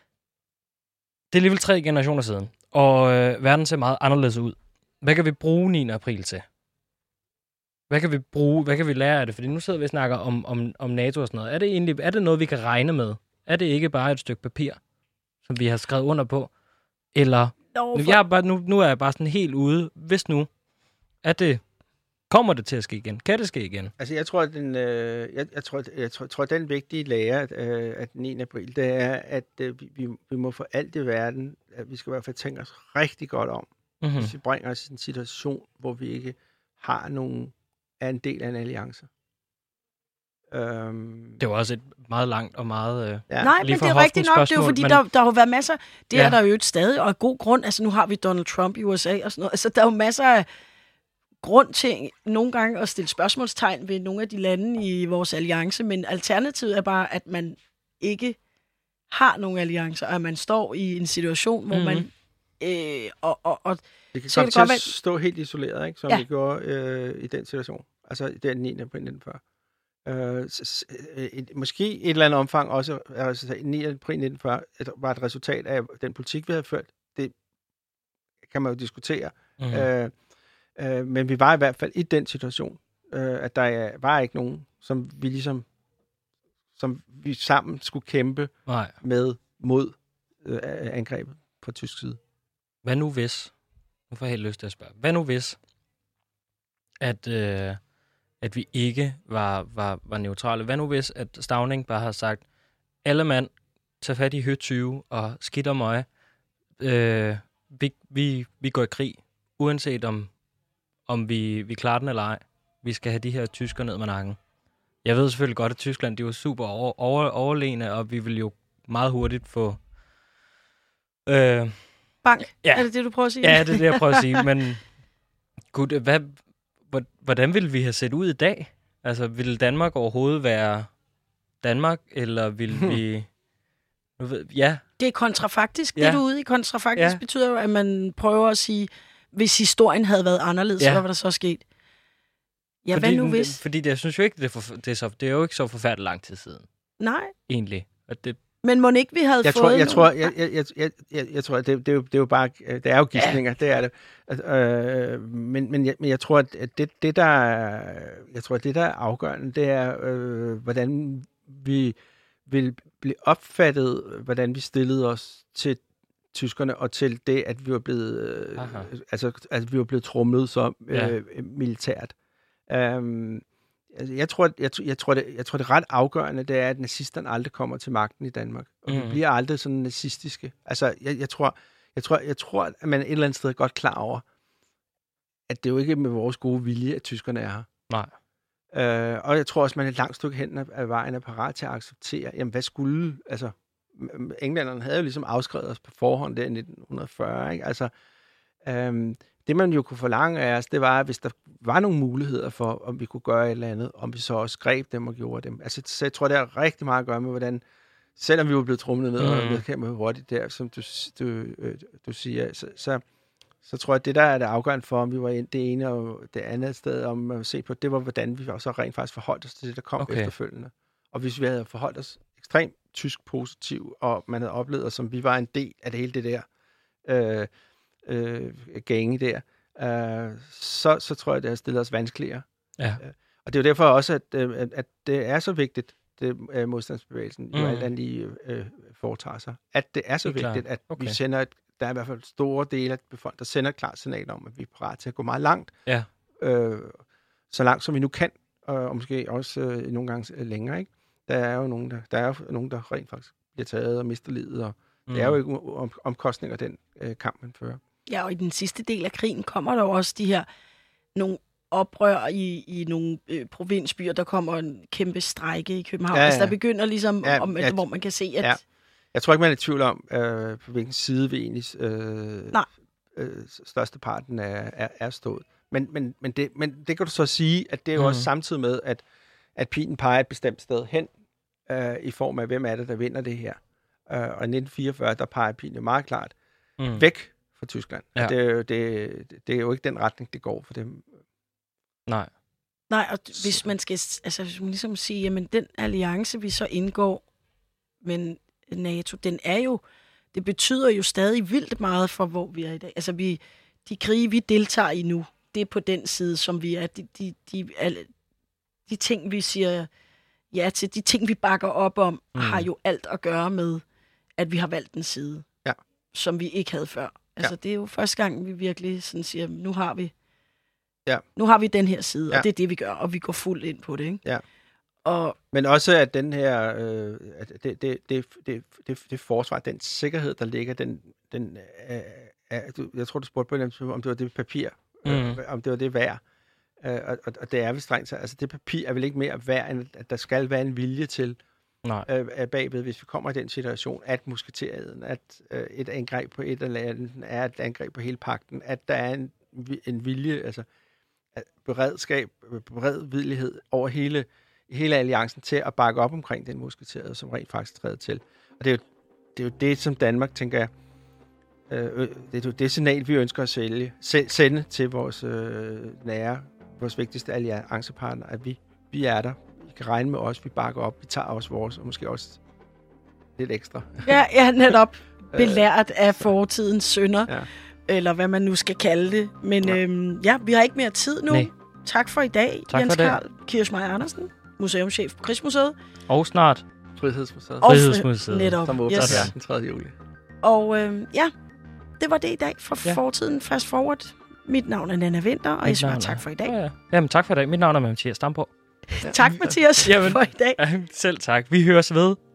det er alligevel tre generationer siden, og øh, verden ser meget anderledes ud. Hvad kan vi bruge niende april til? Hvad kan vi bruge? Hvad kan vi lære af det? Fordi nu sidder vi og snakker om, om, om NATO og sådan noget. Er det egentlig er det noget, vi kan regne med? Er det ikke bare et stykke papir, som vi har skrevet under på? Eller nu, jeg er bare, nu, nu er jeg bare sådan helt ude. Hvis nu, er det, kommer det til at ske igen? Kan det ske igen? Altså, jeg tror, at den, øh, jeg, jeg tror, jeg tror, tror, den vigtige lære øh, af den niende april, det er, at øh, vi, vi må for alt i verden, at vi skal i hvert fald tænke os rigtig godt om, mm-hmm. hvis vi bringer os i en situation, hvor vi ikke har nogen, er en del af en alliance. Um, det var også et meget langt og meget øh, ja. Nej, men det er rigtigt nok. Spørgsmål, det er jo fordi, men... der, der har jo været masser... Det ja. er der jo et stadig, og af god grund. Altså, nu har vi Donald Trump i U S A og sådan noget. Altså, der er jo masser af grund til nogle gange at stille spørgsmålstegn ved nogle af de lande i vores alliance, men alternativet er bare, at man ikke har nogen alliancer, og at man står i en situation, hvor mm-hmm. man Øh, og, og, og Det kan så godt kan det til godt at stå helt isoleret, ikke? Som Ja. vi gjorde øh, i den situation. Altså den niende april nitten fyrre. Øh, s- s- et, måske i et eller andet omfang også, altså niende april nitten fyrre et, var et resultat af den politik, vi havde ført. Det kan man jo diskutere. Mm. Øh, øh, men vi var i hvert fald i den situation, øh, at der var ikke nogen, som vi ligesom, som vi sammen skulle kæmpe Nej. med mod øh, angrebet fra tysk side. Hvad nu hvis, nu får jeg helt lyst til at spørge, hvad nu hvis, at, øh, at vi ikke var, var, var neutrale? Hvad nu hvis, at Stauning bare har sagt, alle mand, tag fat i hø tyve og skidt og møg, øh, vi, vi, vi går i krig, uanset om, om vi, vi klarer den eller ej. Vi skal have de her tyskere ned med nakken. Jeg ved selvfølgelig godt, at Tyskland de var super over, over, overlegne, og vi vil jo meget hurtigt få... Øh, bank. Ja. Er det det, du prøver at sige? Ja, det er det, jeg prøver at sige. Men gud, hvad, hvordan ville vi have set ud i dag? Altså, ville Danmark overhovedet være Danmark, eller ville vi... Nu ved, ja, Det er kontrafaktisk. Ja. Det, du er ude i kontrafaktisk, Ja. betyder jo, at man prøver at sige, hvis historien havde været anderledes, Ja. hvad var der så sket? Ja, fordi, hvad nu hvis? Fordi det, jeg synes jo ikke, det er, for, det, er så, det er jo ikke så forfærdeligt lang tid siden, Nej, egentlig. Og det, men må ikke vi havde Jeg fået tror, jeg nogle- tror, jeg, jeg, jeg, jeg, jeg, jeg tror, at det, det, er jo, det er jo bare, det er jo gidsninger, ja. Det er det. At, øh, men, men, jeg, men jeg tror, at det, det der, er- jeg tror, at det der er afgørende, det er, øh, hvordan vi vil blive opfattet, hvordan vi stillede os til tyskerne og til det, at vi var blevet, øh, Aha. altså, at vi var blevet tromlet så øh, Ja. militært. Um, altså, jeg tror, jeg, jeg, tror, det, jeg tror, det er ret afgørende, det er, at nazisterne aldrig kommer til magten i Danmark. Og mm. vi Mhm. bliver aldrig sådan nazistiske. Altså, jeg, jeg, tror, jeg, tror, jeg tror, at man et eller andet sted er godt klar over, at det er jo ikke med vores gode vilje, at tyskerne er her. nej. Uh, og jeg tror også, man et langt stykke hen af vejen er parat til at acceptere, jamen hvad skulle, altså, m- englænderne havde jo ligesom afskrevet os på forhånd der i nitten fyrre, ikke? Altså, um, det man jo kunne forlange af os, det var, at hvis der var nogle muligheder for, om vi kunne gøre et eller andet, om vi så også greb dem og gjorde dem. Altså, så jeg tror, det har rigtig meget at gøre med, hvordan, selvom vi var blevet trumlet ned, mm. og nedkæmpet hurtigt der, som du, du, øh, du siger, så, så, så tror jeg, at det der er det afgørende for, om vi var ind det ene og det andet sted, om at se på, det var, hvordan vi også rent faktisk forholdt os til det, der kom Okay. okay. efterfølgende. Og hvis vi havde forholdt os ekstremt tysk positiv, og man havde oplevet os, som vi var en del af det hele det der øh, øh, gænge der, øh, så, så tror jeg, det har stillet os vanskeligere. Ja. Øh, og det er jo derfor også, at, øh, at, at det er så vigtigt, det øh, modstandsbevægelsen jo Mm. alt andet lige øh, foretager sig, at det er så Det er vigtigt, klart. at Okay. vi sender et, der er i hvert fald store dele af befolkningen, der sender et klart signal om, at vi er parat til at gå meget langt, Ja. øh, så langt som vi nu kan, og, og måske også øh, nogle gange øh, længere, ikke? Der er jo nogen, der, der er jo nogen, der rent faktisk bliver taget og mister livet, og mm. det er jo ikke om, omkostninger, den øh, kamp, man fører. Ja, og i den sidste del af krigen kommer der jo også de her nogle oprør i, i nogle øh, provinsbyer. Der kommer en kæmpe strejke i København. Ja, ja. Altså, der begynder ligesom, Ja, om, ja. hvor man kan se, at... Ja. Jeg tror ikke, man er i tvivl om, øh, på hvilken side vi egentlig øh, Nej. øh, største parten er, er, er stået. Men, men, men, det, men det kan du så sige, at det er jo Mhm. også samtidig med, at, at pilen peger et bestemt sted hen, øh, i form af, hvem er det, der vinder det her. Øh, og i nitten fireogfyrre, der peger pilen jo meget klart Mm. væk fra Tyskland. Ja. Og det, er jo, det, det er jo ikke den retning, det går for dem. Nej. Nej, og hvis man skal altså, hvis man ligesom sige, jamen den alliance, vi så indgår med NATO, den er jo, det betyder jo stadig vildt meget for, hvor vi er i dag. Altså, vi, de krige, vi deltager i nu, det er på den side, som vi er. De, de, de, alle, de ting, vi siger ja til, de ting, vi bakker op om, Mm. mm. har jo alt at gøre med, at vi har valgt en side, Ja. som vi ikke havde før. Altså, Ja. det er jo første gang, vi virkelig sådan siger, nu har vi Ja. nu har vi den her side, Ja. og det er det, vi gør, og vi går fuldt ind på det, ikke? Ja. Og Men også, at den her, øh, at det, det, det, det, det, det forsvar, den sikkerhed, der ligger, den, den øh, er, du, jeg tror, du spurgte på en om det var det papir, Mhm. øh, om det var det værd. Øh, og, og, og det er vel strengt sig. Altså, det papir er vel ikke mere værd, end at der skal være en vilje til, Nej. øh, bagved, hvis vi kommer i den situation, at musketereden, at øh, et angreb på et eller andet er et angreb på hele pakten, at der er en, en vilje, altså at beredskab, beredvillighed over hele, hele alliancen til at bakke op omkring den musketerede, som rent faktisk træder til. Og det er jo det, er jo det som Danmark, tænker jeg, øh, det er det signal, vi ønsker at sælge, sende til vores øh, nære, vores vigtigste alliancepartner, at vi, vi er der. I kan regne med os, vi bakker op, vi tager også vores, og måske også lidt ekstra. Ja, ja, netop. Belært af fortidens synder, ja. eller hvad man nu skal kalde det. Men ja, øhm, ja vi har ikke mere tid nu. Nej. Tak for i dag, tak Jens for det. Karl Kirchmeier Andersen, museumschef på Krigsmuseet. Og snart Frihedsmuseet. Og Frihedsmuseet. Netop. Som åbner Yes. den tredje juli. Og øhm, ja, det var det i dag fra Ja. Fortiden Fast Forward. Mit navn er Nanna Vinter, og jeg siger tak for i dag. Ja, ja. Jamen, tak for i dag. Mit navn er Mathias Damborg. Tak, Mathias, Jamen. for i dag. Selv tak. Vi høres ved.